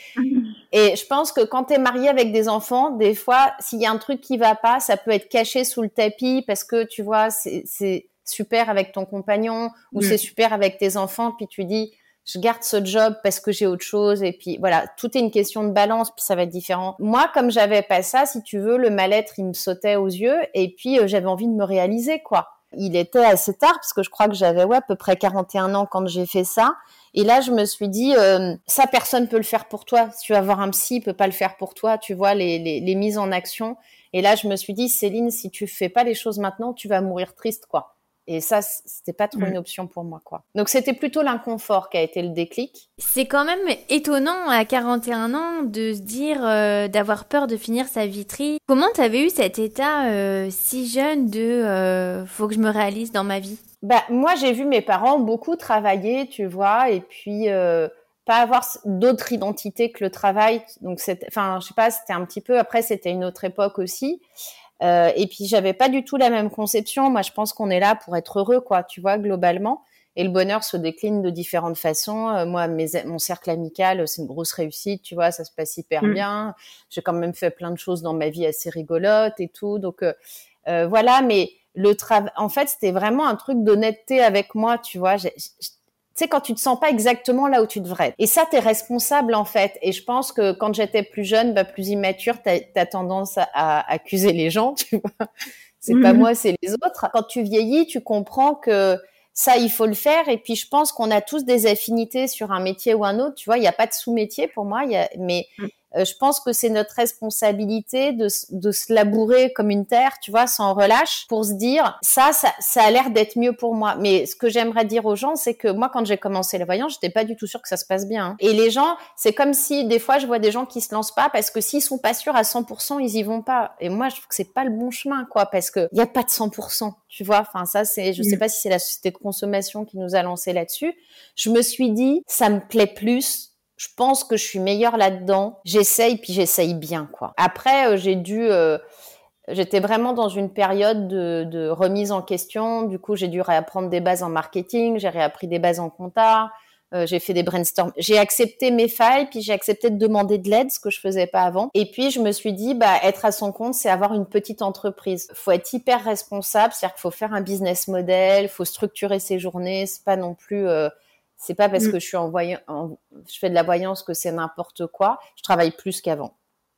et je pense que quand tu es marié avec des enfants, des fois, s'il y a un truc qui va pas, ça peut être caché sous le tapis parce que, tu vois, c'est, c'est super avec ton compagnon ou mmh. c'est super avec tes enfants. Puis tu dis, je garde ce job parce que j'ai autre chose. Et puis, voilà, tout est une question de balance, puis ça va être différent. Moi, comme j'avais pas ça, si tu veux, le mal-être, il me sautait aux yeux. Et puis, euh, j'avais envie de me réaliser, quoi. Il était assez tard parce que je crois que j'avais ouais, à peu près quarante et un ans quand j'ai fait ça. Et là, je me suis dit, euh, ça, personne peut le faire pour toi. Si tu vas voir un psy, il peut pas le faire pour toi. Tu vois, les, les, les mises en action. Et là, je me suis dit, Céline, si tu fais pas les choses maintenant, tu vas mourir triste, quoi. Et ça, c'était pas trop mmh. une option pour moi, quoi. Donc, c'était plutôt l'inconfort qui a été le déclic. C'est quand même étonnant à quarante et un ans de se dire, euh, d'avoir peur de finir sa vie triste. Comment t'avais eu cet état euh, si jeune de euh, faut que je me réalise dans ma vie? Bah, moi, j'ai vu mes parents beaucoup travailler, tu vois, et puis euh, pas avoir d'autre identité que le travail. Donc, c'était, enfin, je sais pas, c'était un petit peu. Après, c'était une autre époque aussi. Euh, et puis, j'avais pas du tout la même conception. Moi, je pense qu'on est là pour être heureux, quoi, tu vois, globalement. Et le bonheur se décline de différentes façons. Euh, moi, mes, mon cercle amical, c'est une grosse réussite, tu vois, ça se passe hyper mmh. bien. J'ai quand même fait plein de choses dans ma vie assez rigolotes et tout. Donc, euh, euh, voilà, mais le travail, en fait, c'était vraiment un truc d'honnêteté avec moi, tu vois. J'ai, j'ai, tu sais, quand tu te sens pas exactement là où tu devrais. Et ça, t'es responsable, en fait. Et je pense que quand j'étais plus jeune, bah, plus immature, t'as, t'as tendance à, à accuser les gens, tu vois. C'est mmh. pas moi, c'est les autres. Quand tu vieillis, tu comprends que ça, il faut le faire. Et puis, je pense qu'on a tous des affinités sur un métier ou un autre. Tu vois, il n'y a pas de sous-métier pour moi. Y a, mais mmh. euh, je pense que c'est notre responsabilité de, de se labourer comme une terre, tu vois, sans relâche, pour se dire ça, ça, ça a l'air d'être mieux pour moi. Mais ce que j'aimerais dire aux gens, c'est que moi, quand j'ai commencé la voyance, j'étais pas du tout sûre que ça se passe bien. Hein. Et les gens, c'est comme si des fois, je vois des gens qui se lancent pas parce que s'ils sont pas sûrs à cent pour cent, ils y vont pas. Et moi, je trouve que c'est pas le bon chemin, quoi, parce que y a pas de cent pour cent, tu vois. Enfin, ça, c'est, je sais pas si c'est la société de consommation qui nous a lancé là-dessus. Je me suis dit, ça me plaît plus. Je pense que je suis meilleure là-dedans. J'essaye, puis j'essaye bien, quoi. Après, euh, j'ai dû... Euh, j'étais vraiment dans une période de, de remise en question. Du coup, j'ai dû réapprendre des bases en marketing. J'ai réappris des bases en compta. Euh, j'ai fait des brainstorms. J'ai accepté mes failles, puis j'ai accepté de demander de l'aide, ce que je faisais pas avant. Et puis, je me suis dit, bah, être à son compte, c'est avoir une petite entreprise. Faut être hyper responsable. C'est-à-dire qu'il faut faire un business model. Faut structurer ses journées. C'est pas non plus... Euh, C'est pas parce que je suis en voyance, je fais de la voyance que c'est n'importe quoi. Je travaille plus qu'avant.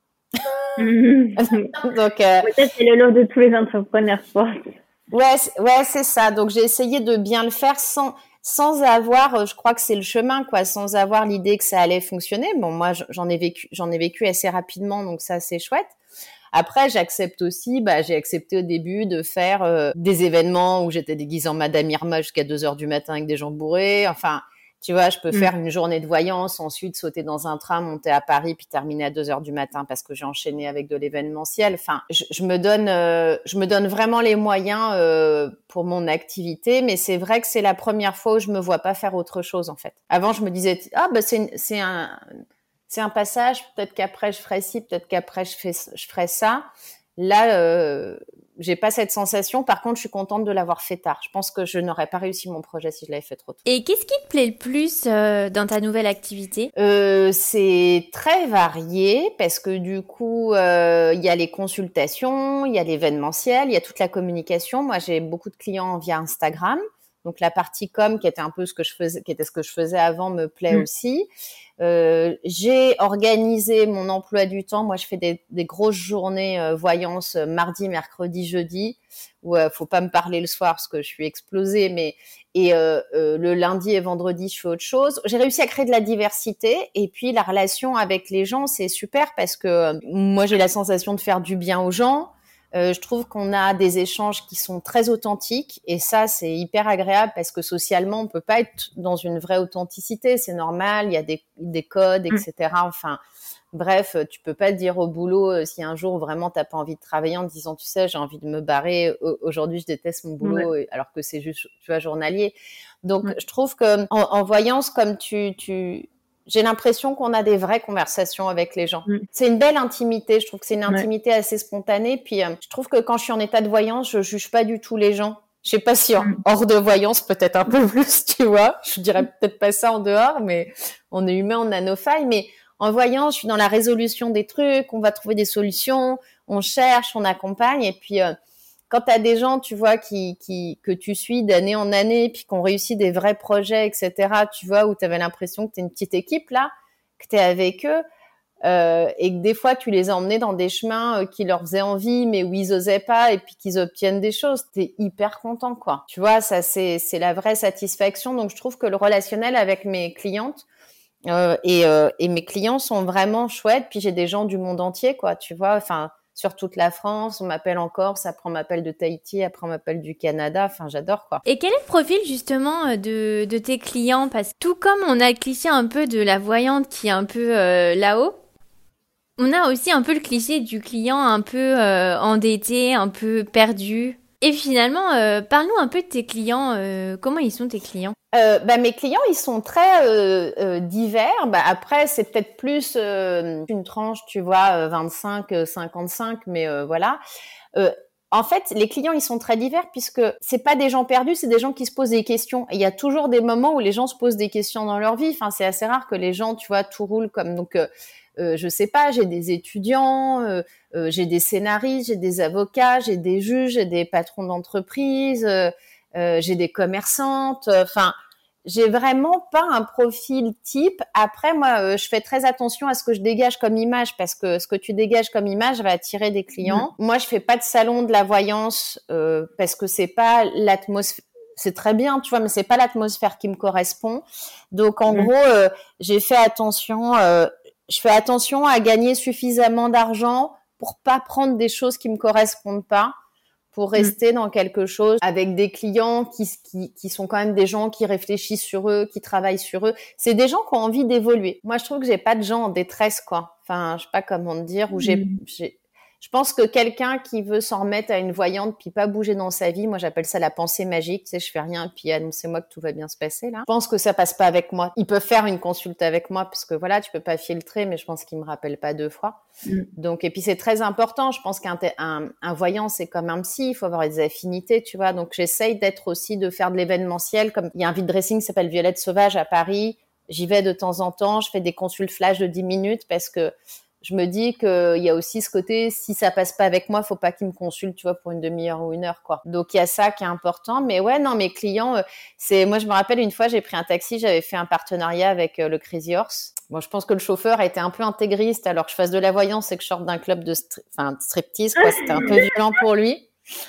Donc, euh, peut-être c'est le lot de tous les entrepreneurs, je pense. Ouais, c'est, ouais, c'est ça. Donc, j'ai essayé de bien le faire sans, sans avoir, je crois que c'est le chemin, quoi, sans avoir l'idée que ça allait fonctionner. Bon, moi, j'en ai vécu, j'en ai vécu assez rapidement, donc ça, c'est chouette. Après, j'accepte aussi, bah, j'ai accepté au début de faire euh, des événements où j'étais déguisée en Madame Irma jusqu'à deux heures du matin avec des gens bourrés. Enfin, tu vois, je peux mmh. faire une journée de voyance, ensuite sauter dans un train, monter à Paris, puis terminer à deux heures du matin parce que j'ai enchaîné avec de l'événementiel. Enfin, je, je me donne, euh, je me donne vraiment les moyens euh, pour mon activité, mais c'est vrai que c'est la première fois où je me vois pas faire autre chose en fait. Avant, je me disais, ah bah c'est, une, c'est un C'est un passage, peut-être qu'après je ferai ci, peut-être qu'après je, fais, je ferai ça. Là, euh, j'ai pas cette sensation. Par contre, je suis contente de l'avoir fait tard. Je pense que je n'aurais pas réussi mon projet si je l'avais fait trop tôt. Et qu'est-ce qui te plaît le plus euh, dans ta nouvelle activité ? euh, C'est très varié parce que du coup, il euh, y a les consultations, il y a l'événementiel, il y a toute la communication. Moi, j'ai beaucoup de clients via Instagram. Donc la partie com, qui était un peu ce que je faisais, qui était ce que je faisais avant, me plaît mmh. aussi. Euh, j'ai organisé mon emploi du temps. Moi, je fais des, des grosses journées euh, voyance mardi, mercredi, jeudi, où euh, faut pas me parler le soir parce que je suis explosée. Mais et euh, euh, le lundi et vendredi, je fais autre chose. J'ai réussi à créer de la diversité. Et puis la relation avec les gens, c'est super parce que euh, moi, j'ai la sensation de faire du bien aux gens. Euh, je trouve qu'on a des échanges qui sont très authentiques et ça, c'est hyper agréable parce que socialement, on peut pas être dans une vraie authenticité. C'est normal, il y a des, des codes, et cetera. Enfin, bref, tu peux pas dire au boulot euh, si un jour vraiment t'as pas envie de travailler en te disant, tu sais, j'ai envie de me barrer. Aujourd'hui, je déteste mon boulot, ouais. alors que c'est juste, tu vois, journalier. Donc, ouais. je trouve que en, en voyance, comme tu, tu j'ai l'impression qu'on a des vraies conversations avec les gens. Mm. C'est une belle intimité. Je trouve que c'est une intimité ouais. assez spontanée. Puis, euh, je trouve que quand je suis en état de voyance, je juge pas du tout les gens. Je sais pas si en, mm. hors de voyance, peut-être un peu plus, tu vois. Je dirais peut-être pas ça en dehors, mais on est humain, on a nos failles. Mais en voyance, je suis dans la résolution des trucs. On va trouver des solutions. On cherche, on accompagne. Et puis, euh, quand tu as des gens, tu vois, qui, qui, que tu suis d'année en année, puis qu'on réussit des vrais projets, et cetera, tu vois, où tu avais l'impression que tu es une petite équipe, là, que tu es avec eux, euh, et que des fois, tu les as emmenés dans des chemins euh, qui leur faisaient envie, mais où ils osaient pas, et puis qu'ils obtiennent des choses, tu es hyper content, quoi. Tu vois, ça, c'est, c'est la vraie satisfaction. Donc, je trouve que le relationnel avec mes clientes, euh, et, euh, et mes clients sont vraiment chouettes. Puis, j'ai des gens du monde entier, quoi, tu vois, enfin... sur toute la France, on m'appelle en Corse, après on m'appelle de Tahiti, après on m'appelle du Canada, enfin j'adore quoi. Et quel est le profil justement de, de tes clients ? Parce que tout comme on a le cliché un peu de la voyante qui est un peu euh, là-haut, on a aussi un peu le cliché du client un peu euh, endetté, un peu perdu. Et finalement, euh, parle-nous un peu de tes clients, euh, comment ils sont tes clients ? Euh, bah, mes clients, ils sont très euh, euh, divers. Bah, après, c'est peut-être plus euh, une tranche, tu vois, vingt-cinq, cinquante-cinq, mais euh, voilà. Euh, en fait, les clients, ils sont très divers puisque c'est pas des gens perdus, c'est des gens qui se posent des questions. Et il y a toujours des moments où les gens se posent des questions dans leur vie. Enfin, c'est assez rare que les gens, tu vois, tout roule comme donc. Euh, Euh, je sais pas, j'ai des étudiants, euh, euh, j'ai des scénaristes, j'ai des avocats, j'ai des juges, j'ai des patrons d'entreprise, euh, euh, j'ai des commerçantes. Enfin, euh, j'ai vraiment pas un profil type. Après, moi, euh, je fais très attention à ce que je dégage comme image parce que ce que tu dégages comme image va attirer des clients. Mmh. Moi, je fais pas de salon de la voyance euh, parce que c'est pas l'atmosphère. C'est très bien, tu vois, mais c'est pas l'atmosphère qui me correspond. Donc, en mmh. gros, euh, j'ai fait attention. Euh, je fais attention à gagner suffisamment d'argent pour pas prendre des choses qui me correspondent pas, pour rester mmh. dans quelque chose avec des clients qui, qui, qui sont quand même des gens qui réfléchissent sur eux, qui travaillent sur eux. C'est des gens qui ont envie d'évoluer. Moi, je trouve que j'ai pas de gens en détresse, quoi. Enfin, je sais pas comment te dire, où j'ai, mmh. j'ai, je pense que quelqu'un qui veut s'en remettre à une voyante puis pas bouger dans sa vie, moi j'appelle ça la pensée magique, tu sais, je fais rien puis annoncez-moi que tout va bien se passer là. Je pense que ça passe pas avec moi. Ils peuvent faire une consulte avec moi parce que voilà, tu peux pas filtrer, mais je pense qu'ils me rappellent pas deux fois. Mm. Donc et puis c'est très important. Je pense qu'un un, un voyant c'est comme un psy, il faut avoir des affinités, tu vois. Donc j'essaye d'être aussi de faire de l'événementiel. Comme il y a un vide dressing qui s'appelle Violette Sauvage à Paris. J'y vais de temps en temps. Je fais des consultes flash de dix minutes parce que je me dis qu'il y a aussi ce côté, si ça passe pas avec moi, faut pas qu'ils me consultent, tu vois, pour une demi-heure ou une heure, quoi. Donc, il y a ça qui est important. Mais ouais, non, mes clients, euh, c'est, moi, je me rappelle une fois, j'ai pris un taxi, j'avais fait un partenariat avec euh, le Crazy Horse. Bon, je pense que le chauffeur a été un peu intégriste, alors que je fasse de la voyance et que je sorte d'un club de, stri- enfin, de striptease, quoi. C'était un peu violent pour lui.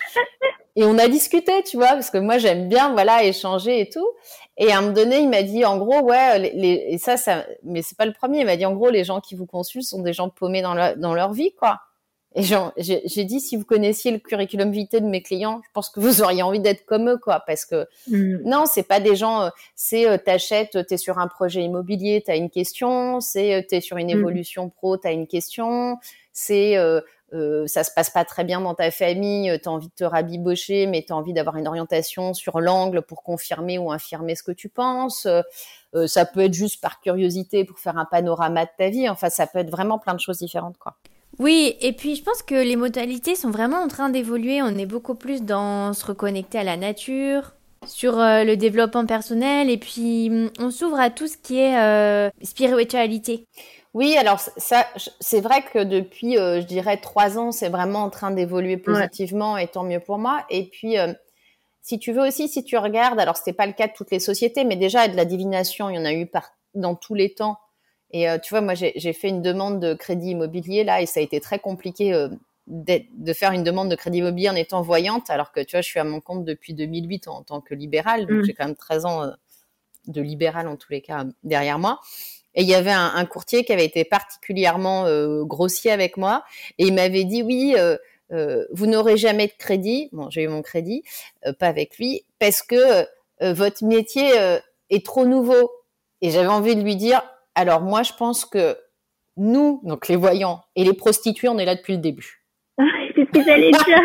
Et on a discuté, tu vois, parce que moi, j'aime bien, voilà, échanger et tout. Et à un moment donné, il m'a dit, en gros, ouais, les, les, et ça, ça, mais c'est pas le premier. Il m'a dit, en gros, les gens qui vous consultent sont des gens paumés dans, le, dans leur vie, quoi. Et genre, j'ai, j'ai dit, si vous connaissiez le curriculum vitae de mes clients, je pense que vous auriez envie d'être comme eux, quoi. Parce que, mmh. non, c'est pas des gens, c'est, euh, t'achètes, t'es sur un projet immobilier, t'as une question, c'est, t'es sur une évolution mmh. pro, t'as une question, c'est, euh, Euh, ça se passe pas très bien dans ta famille, t'as envie de te rabibocher, mais t'as envie d'avoir une orientation sur l'angle pour confirmer ou infirmer ce que tu penses. Euh, ça peut être juste par curiosité pour faire un panorama de ta vie. Enfin, ça peut être vraiment plein de choses différentes, quoi. Oui, et puis je pense que les modalités sont vraiment en train d'évoluer. On est beaucoup plus dans se reconnecter à la nature, sur euh, le développement personnel, et puis on s'ouvre à tout ce qui est euh, spiritualité. Oui, alors ça, c'est vrai que depuis, euh, je dirais, trois ans, c'est vraiment en train d'évoluer positivement ouais. et tant mieux pour moi. Et puis, euh, si tu veux aussi, si tu regardes, alors c'était pas le cas de toutes les sociétés, mais déjà de la divination, il y en a eu par, dans tous les temps. Et euh, tu vois, moi, j'ai, j'ai fait une demande de crédit immobilier là, et ça a été très compliqué euh, de, de faire une demande de crédit immobilier en étant voyante, alors que tu vois, je suis à mon compte depuis deux mille huit en, en tant que libérale, donc mmh. j'ai quand même treize ans euh, de libérale en tous les cas derrière moi. Et il y avait un, un courtier qui avait été particulièrement euh, grossier avec moi et il m'avait dit oui, euh, euh, vous n'aurez jamais de crédit. Bon, j'ai eu mon crédit, euh, pas avec lui, parce que euh, votre métier euh, est trop nouveau. Et j'avais envie de lui dire, alors moi je pense que nous, donc les voyants et les prostituées, on est là depuis le début. C'est ce que j'allais dire.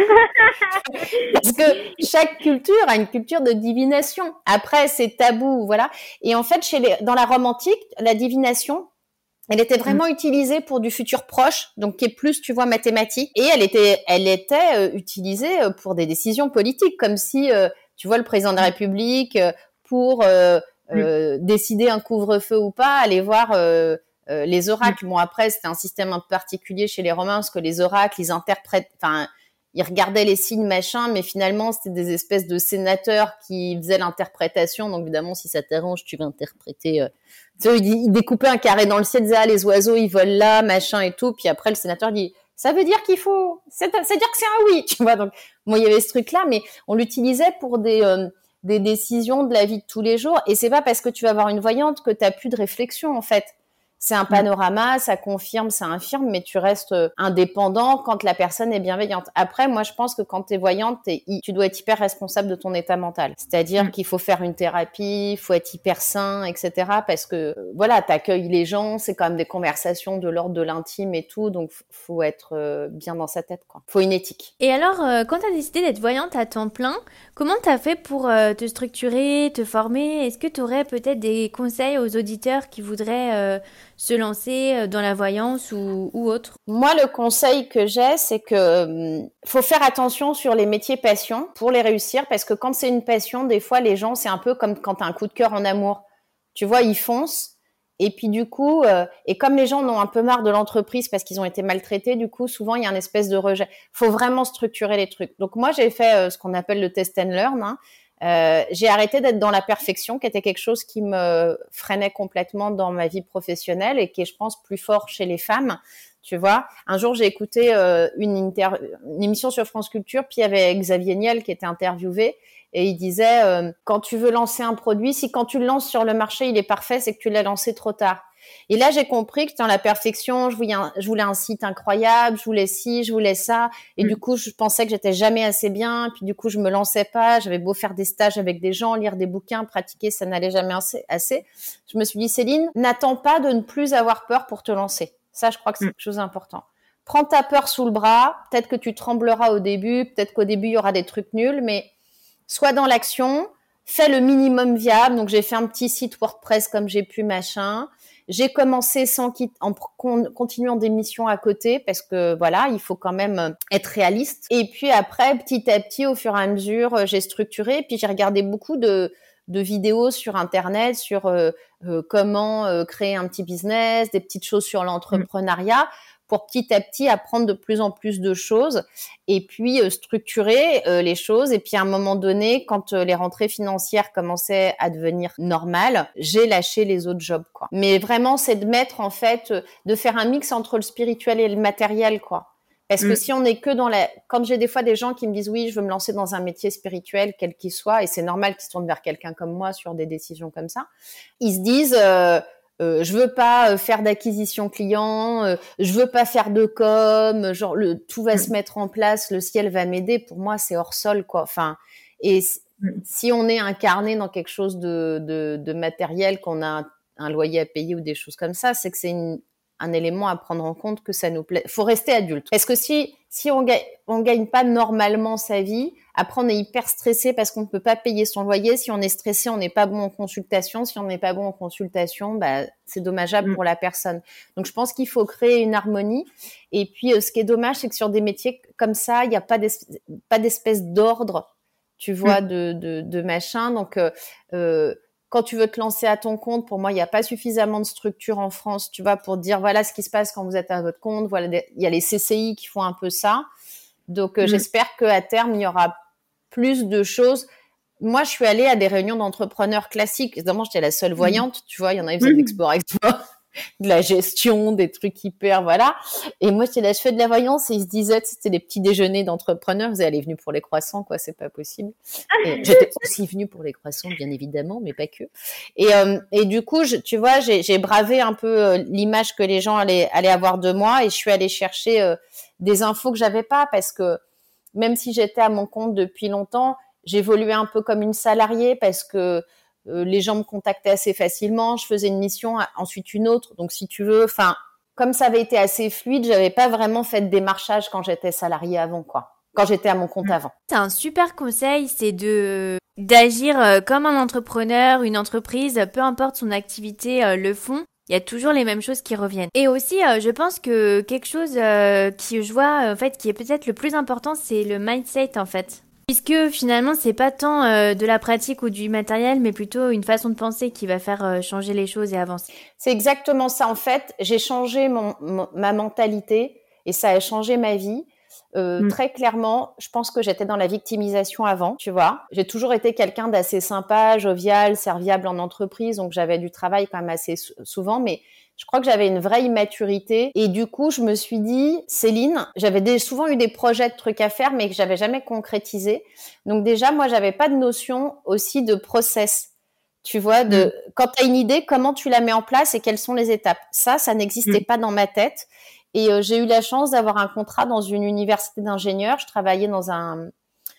Parce que chaque culture a une culture de divination. Après, c'est tabou, voilà. Et en fait, chez les, dans la Rome antique, la divination, elle était vraiment mmh. utilisée pour du futur proche, donc qui est plus, tu vois, mathématique. Et elle était, elle était euh, utilisée pour des décisions politiques, comme si, euh, tu vois, le président de la République, euh, pour euh, mmh. euh, décider un couvre-feu ou pas, aller voir euh, euh, les oracles. Mmh. Bon, après, c'était un système un peu particulier chez les Romains, parce que les oracles, ils interprètent, enfin, ils regardaient les signes, machin, mais finalement, c'était des espèces de sénateurs qui faisaient l'interprétation. Donc, évidemment, si ça t'arrange, tu vas interpréter. Euh... Tu sais, ils découpaient un carré dans le ciel, ils disaient, ah, les oiseaux, ils volent là, machin et tout. Puis après, le sénateur dit, ça veut dire qu'il faut, c'est, ça veut dire que c'est un oui, tu vois. Donc, moi, il y avait ce truc-là, mais on l'utilisait pour des, euh, des décisions de la vie de tous les jours. Et c'est pas parce que tu vas voir une voyante que t'as plus de réflexion, en fait. C'est un panorama, ça confirme, ça infirme, mais tu restes indépendant quand la personne est bienveillante. Après, moi, je pense que quand t'es voyante, t'es, tu dois être hyper responsable de ton état mental. C'est-à-dire mmh. qu'il faut faire une thérapie, il faut être hyper sain, et cetera. Parce que, voilà, t'accueilles les gens, c'est quand même des conversations de l'ordre de l'intime et tout, donc faut être bien dans sa tête, quoi. Faut une éthique. Et alors, euh, quand t'as décidé d'être voyante à temps plein, comment t'as fait pour euh, te structurer, te former? Est-ce que t'aurais peut-être des conseils aux auditeurs qui voudraient euh, se lancer dans la voyance ou, ou autre? Moi, le conseil que j'ai, c'est que euh, faut faire attention sur les métiers passion pour les réussir, parce que quand c'est une passion, des fois, les gens, c'est un peu comme quand t'as un coup de cœur en amour. Tu vois, ils foncent, et puis du coup, euh, et comme les gens en ont un peu marre de l'entreprise parce qu'ils ont été maltraités, du coup, souvent, il y a un espèce de rejet. Faut vraiment structurer les trucs. Donc moi, j'ai fait euh, ce qu'on appelle le test and learn, hein. Euh, j'ai arrêté d'être dans la perfection, qui était quelque chose qui me freinait complètement dans ma vie professionnelle et qui est, je pense, plus fort chez les femmes. Tu vois, un jour, j'ai écouté euh, une, inter- une émission sur France Culture, puis il y avait Xavier Niel qui était interviewé et il disait euh, quand tu veux lancer un produit, si quand tu le lances sur le marché, il est parfait, c'est que tu l'as lancé trop tard. Et là, j'ai compris que dans la perfection, je voulais un, je voulais un site incroyable, je voulais ci, je voulais ça. Et mmh. du coup, je pensais que j'étais jamais assez bien. Puis du coup, je me lançais pas. J'avais beau faire des stages avec des gens, lire des bouquins, pratiquer, ça n'allait jamais assez. assez. Je me suis dit, Céline, n'attends pas de ne plus avoir peur pour te lancer. Ça, je crois que c'est mmh. quelque chose d'important. Prends ta peur sous le bras. Peut-être que tu trembleras au début. Peut-être qu'au début, il y aura des trucs nuls. Mais sois dans l'action. Fais le minimum viable. Donc, j'ai fait un petit site WordPress comme j'ai pu, machin. J'ai commencé sans quitte, en con, continuant des missions à côté parce que voilà, il faut quand même être réaliste. Et puis après, petit à petit, au fur et à mesure, j'ai structuré. Puis j'ai regardé beaucoup de, de vidéos sur Internet sur euh, euh, comment euh, créer un petit business, des petites choses sur l'entrepreneuriat. Mmh. Pour petit à petit apprendre de plus en plus de choses et puis euh, structurer euh, les choses. Et puis à un moment donné, quand euh, les rentrées financières commençaient à devenir normales, j'ai lâché les autres jobs, quoi. Mais vraiment, c'est de mettre en fait, euh, de faire un mix entre le spirituel et le matériel, quoi. Parce que mmh. si on est que dans la... Quand j'ai des fois des gens qui me disent « oui, je veux me lancer dans un métier spirituel, quel qu'il soit », et c'est normal qu'ils se tournent vers quelqu'un comme moi sur des décisions comme ça, ils se disent... Euh, Euh, je veux pas euh, faire d'acquisition client, euh, je veux pas faire de com, genre le tout va mmh. se mettre en place, le ciel va m'aider. Pour moi, c'est hors sol, quoi. Enfin, et mmh. si on est incarné dans quelque chose de, de, de matériel, qu'on a un, un loyer à payer ou des choses comme ça, c'est que c'est une, un élément à prendre en compte que ça nous plaît. Faut rester adulte. Parce que si si on gagne on gagne pas normalement sa vie, après on est hyper stressé parce qu'on ne peut pas payer son loyer. Si on est stressé, on n'est pas bon en consultation. Si on n'est pas bon en consultation, bah c'est dommageable mmh. pour la personne. Donc je pense qu'il faut créer une harmonie. Et puis euh, ce qui est dommage, c'est que sur des métiers comme ça, il y a pas d'espèce, pas d'espèce d'ordre, tu vois, mmh. de, de de machin. Donc euh, euh, quand tu veux te lancer à ton compte, pour moi, il n'y a pas suffisamment de structure en France, tu vois, pour dire voilà ce qui se passe quand vous êtes à votre compte. Voilà, il y a les C C I qui font un peu ça. Donc, euh, mmh. j'espère qu'à terme, il y aura plus de choses. Moi, je suis allée à des réunions d'entrepreneurs classiques. Évidemment, j'étais la seule voyante, mmh. tu vois. Il y en a qui faisaient de l'export avec toi, de la gestion, des trucs hyper, voilà. Et moi, j'étais là, je fais de la voyance et ils se disaient, c'était des petits déjeuners d'entrepreneurs. Vous allez venus pour les croissants, quoi, c'est pas possible. Et j'étais aussi venue pour les croissants, bien évidemment, mais pas que. Et, euh, et du coup, je, tu vois, j'ai, j'ai bravé un peu euh, l'image que les gens allaient, allaient avoir de moi et je suis allée chercher euh, des infos que j'avais pas parce que même si j'étais à mon compte depuis longtemps, j'évoluais un peu comme une salariée parce que Euh, les gens me contactaient assez facilement, je faisais une mission, ensuite une autre. Donc, si tu veux, enfin, comme ça avait été assez fluide, j'avais pas vraiment fait de démarchage quand j'étais salariée avant, quoi. Quand j'étais à mon compte avant. C'est un super conseil, c'est de d'agir comme un entrepreneur, une entreprise, peu importe son activité, euh, le font. Il y a toujours les mêmes choses qui reviennent. Et aussi, euh, je pense que quelque chose euh, qui je vois, en fait, qui est peut-être le plus important, c'est le mindset, en fait. Puisque finalement, c'est pas tant euh, de la pratique ou du matériel, mais plutôt une façon de penser qui va faire euh, changer les choses et avancer. C'est exactement ça. En fait, j'ai changé mon, mon, ma mentalité et ça a changé ma vie. Euh, mmh. Très clairement, je pense que j'étais dans la victimisation avant, tu vois. J'ai toujours été quelqu'un d'assez sympa, jovial, serviable en entreprise, donc j'avais du travail quand même assez sou- souvent, mais je crois que j'avais une vraie immaturité et du coup, je me suis dit, Céline, j'avais des, souvent eu des projets de trucs à faire, mais que j'avais jamais concrétisé. Donc déjà, moi, j'avais pas de notion aussi de process. Tu vois, de mmh. quand tu as une idée, comment tu la mets en place et quelles sont les étapes. Ça, ça n'existait mmh. pas dans ma tête. Et euh, j'ai eu la chance d'avoir un contrat dans une université d'ingénieurs. Je travaillais dans un,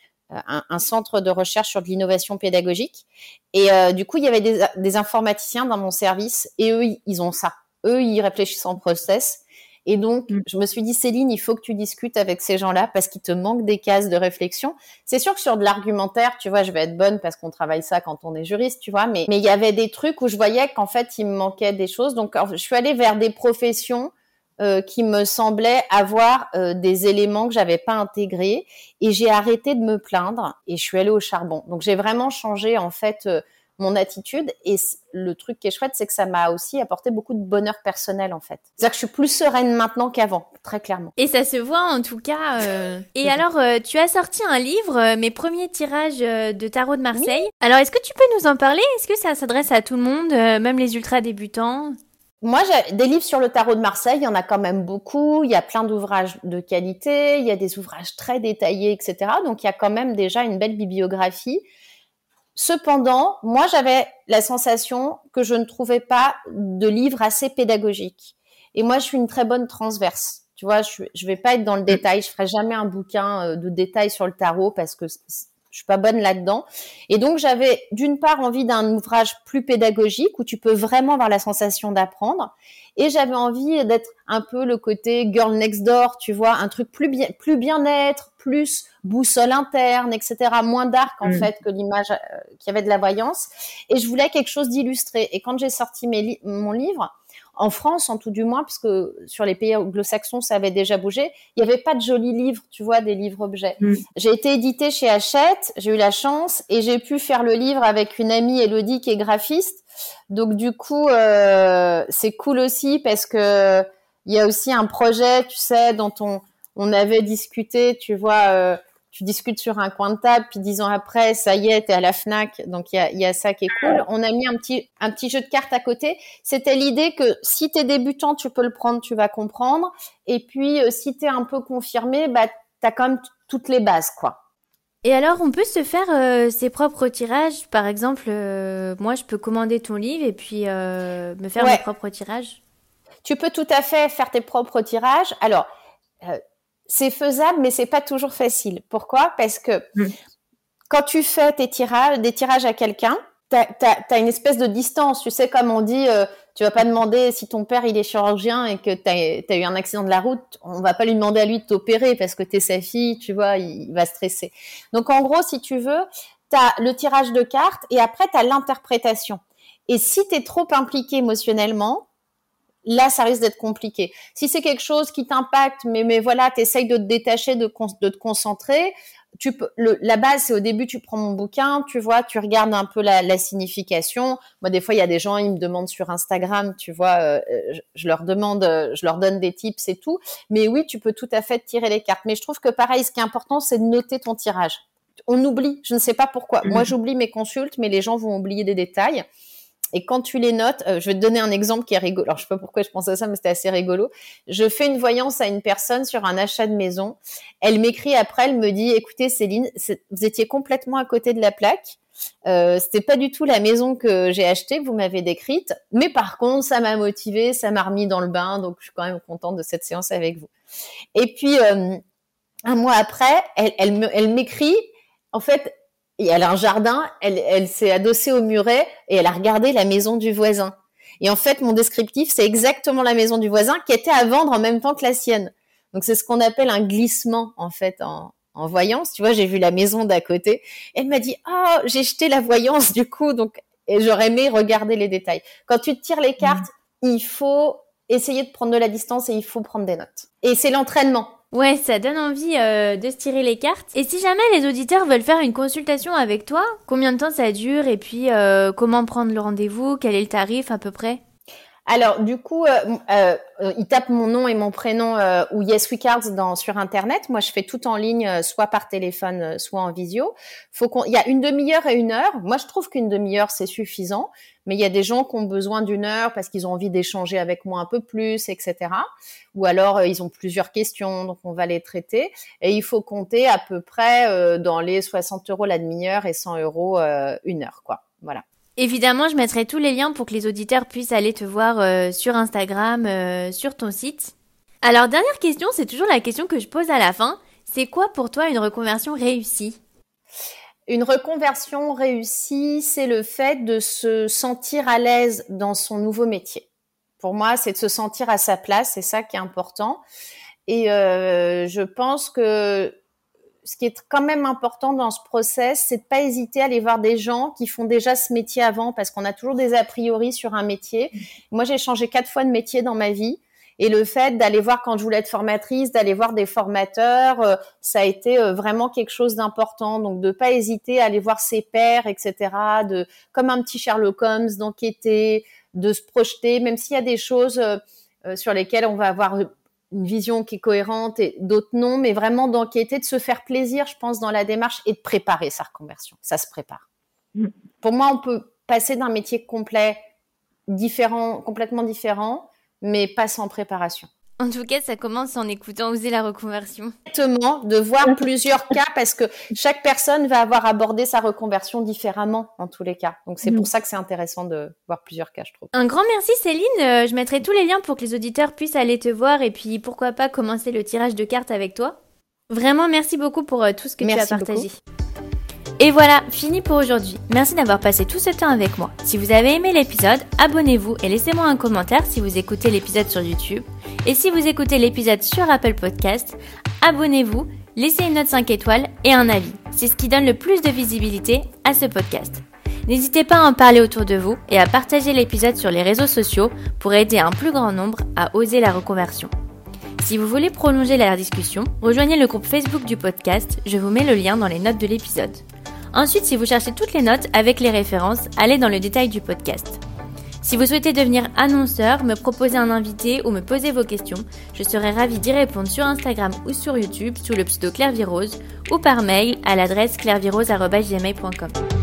un, un centre de recherche sur de l'innovation pédagogique. Et euh, du coup, il y avait des, des informaticiens dans mon service et eux, ils ont ça. Eux, ils réfléchissent en process. Et donc, mmh. je me suis dit, Céline, il faut que tu discutes avec ces gens-là parce qu'il te manque des cases de réflexion. C'est sûr que sur de l'argumentaire, tu vois, je vais être bonne parce qu'on travaille ça quand on est juriste, tu vois, mais mais il y avait des trucs où je voyais qu'en fait, il me manquait des choses. Donc, je suis allée vers des professions euh, qui me semblaient avoir euh, des éléments que j'avais pas intégrés et j'ai arrêté de me plaindre et je suis allée au charbon. Donc, j'ai vraiment changé, en fait, euh, mon attitude et le truc qui est chouette, c'est que ça m'a aussi apporté beaucoup de bonheur personnel en fait. C'est-à-dire que je suis plus sereine maintenant qu'avant, très clairement. Et ça se voit en tout cas. Euh... Et alors, euh, tu as sorti un livre, euh, Mes premiers tirages euh, de tarot de Marseille. Oui. Alors, est-ce que tu peux nous en parler ? Est-ce que ça s'adresse à tout le monde, euh, même les ultra débutants ? Moi, j'ai des livres sur le tarot de Marseille, il y en a quand même beaucoup. Il y a plein d'ouvrages de qualité, il y a des ouvrages très détaillés, et cetera. Donc, il y a quand même déjà une belle bibliographie. Cependant, moi, j'avais la sensation que je ne trouvais pas de livre assez pédagogique. Et moi, je suis une très bonne transverse. Tu vois, je, je vais pas être dans le détail. Je ferai jamais un bouquin de détails sur le tarot parce que je suis pas bonne là-dedans. Et donc, j'avais d'une part envie d'un ouvrage plus pédagogique où tu peux vraiment avoir la sensation d'apprendre. Et j'avais envie d'être un peu le côté girl next door, tu vois, un truc plus bien, plus bien-être, plus boussole interne, et cetera. Moins dark, en mmh. fait, que l'image euh, qui avait de la voyance. Et je voulais quelque chose d'illustré. Et quand j'ai sorti mes li- mon livre, en France, en tout du moins, parce que sur les pays anglo-saxons, ça avait déjà bougé, il n'y avait pas de jolis livres, tu vois, des livres-objets. Mmh. J'ai été éditée chez Hachette, j'ai eu la chance, et j'ai pu faire le livre avec une amie, Élodie, qui est graphiste. Donc, du coup, euh, c'est cool aussi parce que il y a aussi un projet, tu sais, dont on, on avait discuté, tu vois, euh, tu discutes sur un coin de table, puis dix ans après, ça y est, t'es à la Fnac, donc il y a, il y a ça qui est cool. On a mis un petit, un petit jeu de cartes à côté. C'était l'idée que si t'es débutant, tu peux le prendre, tu vas comprendre. Et puis, euh, si t'es un peu confirmé, bah, t'as quand même t- toutes les bases, quoi. Et alors, on peut se faire euh, ses propres tirages. Par exemple, euh, moi, je peux commander ton livre et puis euh, me faire ouais. mes propres tirages. Tu peux tout à fait faire tes propres tirages. Alors, euh, c'est faisable, mais c'est pas toujours facile. Pourquoi ? Parce que mmh. quand tu fais tes tirages, des tirages à quelqu'un, t'as, t'as, t'as une espèce de distance. Tu sais, comme on dit, euh, tu vas pas demander si ton père il est chirurgien et que t'as, t'as eu un accident de la route, on va pas lui demander à lui de t'opérer parce que t'es sa fille, tu vois, il, il va stresser. Donc en gros, si tu veux, t'as le tirage de cartes et après t'as l'interprétation. Et si t'es trop impliqué émotionnellement, là, ça risque d'être compliqué. Si c'est quelque chose qui t'impacte, mais mais voilà, t'essayes de te détacher, de, con- de te concentrer. Tu peux, le, la base, c'est au début, tu prends mon bouquin, tu vois, tu regardes un peu la, la signification. Moi, des fois, il y a des gens, ils me demandent sur Instagram, tu vois, euh, je, je leur demande, je leur donne des tips et tout. Mais oui, tu peux tout à fait tirer les cartes. Mais je trouve que pareil, ce qui est important, c'est de noter ton tirage. On oublie, je ne sais pas pourquoi. Mmh. Moi, j'oublie mes consultes, mais les gens vont oublier des détails. Et quand tu les notes, euh, je vais te donner un exemple qui est rigolo. Alors, je sais pas pourquoi je pense à ça, mais c'était assez rigolo. Je fais une voyance à une personne sur un achat de maison. Elle m'écrit après, elle me dit, écoutez, Céline, vous étiez complètement à côté de la plaque. Euh, c'était pas du tout la maison que j'ai achetée, que vous m'avez décrite. Mais par contre, ça m'a motivée, ça m'a remis dans le bain. Donc, je suis quand même contente de cette séance avec vous. Et puis, euh, un mois après, elle, elle, me, elle m'écrit, en fait, et elle a un jardin, elle, elle s'est adossée au muret et elle a regardé la maison du voisin. Et en fait, mon descriptif, c'est exactement la maison du voisin qui était à vendre en même temps que la sienne. Donc, c'est ce qu'on appelle un glissement, en fait, en, en voyance. Tu vois, j'ai vu la maison d'à côté. Elle m'a dit, oh, j'ai jeté la voyance, du coup, donc, et j'aurais aimé regarder les détails. Quand tu tires les cartes, mmh. il faut essayer de prendre de la distance et il faut prendre des notes. Et c'est l'entraînement. Ouais, ça donne envie euh, de se tirer les cartes. Et si jamais les auditeurs veulent faire une consultation avec toi, combien de temps ça dure et puis euh, comment prendre le rendez-vous, quel est le tarif à peu près ? Alors, du coup, euh, euh, ils tapent mon nom et mon prénom euh, ou Yes We Cards dans, sur Internet. Moi, je fais tout en ligne, euh, soit par téléphone, euh, soit en visio. Faut qu'on, il y a une demi-heure et une heure. Moi, je trouve qu'une demi-heure, c'est suffisant. Mais il y a des gens qui ont besoin d'une heure parce qu'ils ont envie d'échanger avec moi un peu plus, et cetera. Ou alors, euh, ils ont plusieurs questions, donc on va les traiter. Et il faut compter à peu près euh, dans les soixante euros la demi-heure et cent euros euh, une heure, quoi. Voilà. Évidemment, je mettrai tous les liens pour que les auditeurs puissent aller te voir euh, sur Instagram, euh, sur ton site. Alors, dernière question, c'est toujours la question que je pose à la fin. C'est quoi pour toi une reconversion réussie ? Une reconversion réussie, c'est le fait de se sentir à l'aise dans son nouveau métier. Pour moi, c'est de se sentir à sa place, c'est ça qui est important. Et euh, je pense que ce qui est quand même important dans ce process, c'est de pas hésiter à aller voir des gens qui font déjà ce métier avant, parce qu'on a toujours des a priori sur un métier. Moi, j'ai changé quatre fois de métier dans ma vie. Et le fait d'aller voir, quand je voulais être formatrice, d'aller voir des formateurs, euh, ça a été euh, vraiment quelque chose d'important. Donc, de pas hésiter à aller voir ses pairs, et cetera. De, comme un petit Sherlock Holmes, d'enquêter, de se projeter, même s'il y a des choses euh, euh, sur lesquelles on va avoir une vision qui est cohérente et d'autres non, mais vraiment d'enquêter, de se faire plaisir, je pense, dans la démarche et de préparer sa reconversion. Ça se prépare. Mmh. Pour moi, on peut passer d'un métier complet, différent, complètement différent, mais pas sans préparation. En tout cas, ça commence en écoutant Oser la reconversion. Exactement, de voir plusieurs cas parce que chaque personne va avoir abordé sa reconversion différemment en tous les cas. Donc, c'est mmh. pour ça que c'est intéressant de voir plusieurs cas, je trouve. Un grand merci Céline. Euh, je mettrai tous les liens pour que les auditeurs puissent aller te voir et puis pourquoi pas commencer le tirage de cartes avec toi. Vraiment, merci beaucoup pour euh, tout ce que merci tu as partagé. Beaucoup. Et voilà, fini pour aujourd'hui. Merci d'avoir passé tout ce temps avec moi. Si vous avez aimé l'épisode, abonnez-vous et laissez-moi un commentaire si vous écoutez l'épisode sur YouTube. Et si vous écoutez l'épisode sur Apple Podcast, abonnez-vous, laissez une note cinq étoiles et un avis. C'est ce qui donne le plus de visibilité à ce podcast. N'hésitez pas à en parler autour de vous et à partager l'épisode sur les réseaux sociaux pour aider un plus grand nombre à oser la reconversion. Si vous voulez prolonger la discussion, rejoignez le groupe Facebook du podcast, je vous mets le lien dans les notes de l'épisode. Ensuite, si vous cherchez toutes les notes avec les références, allez dans le détail du podcast. Si vous souhaitez devenir annonceur, me proposer un invité ou me poser vos questions, je serai ravie d'y répondre sur Instagram ou sur YouTube sous le pseudo Claire Virose ou par mail à l'adresse claire virose arobase gmail point com.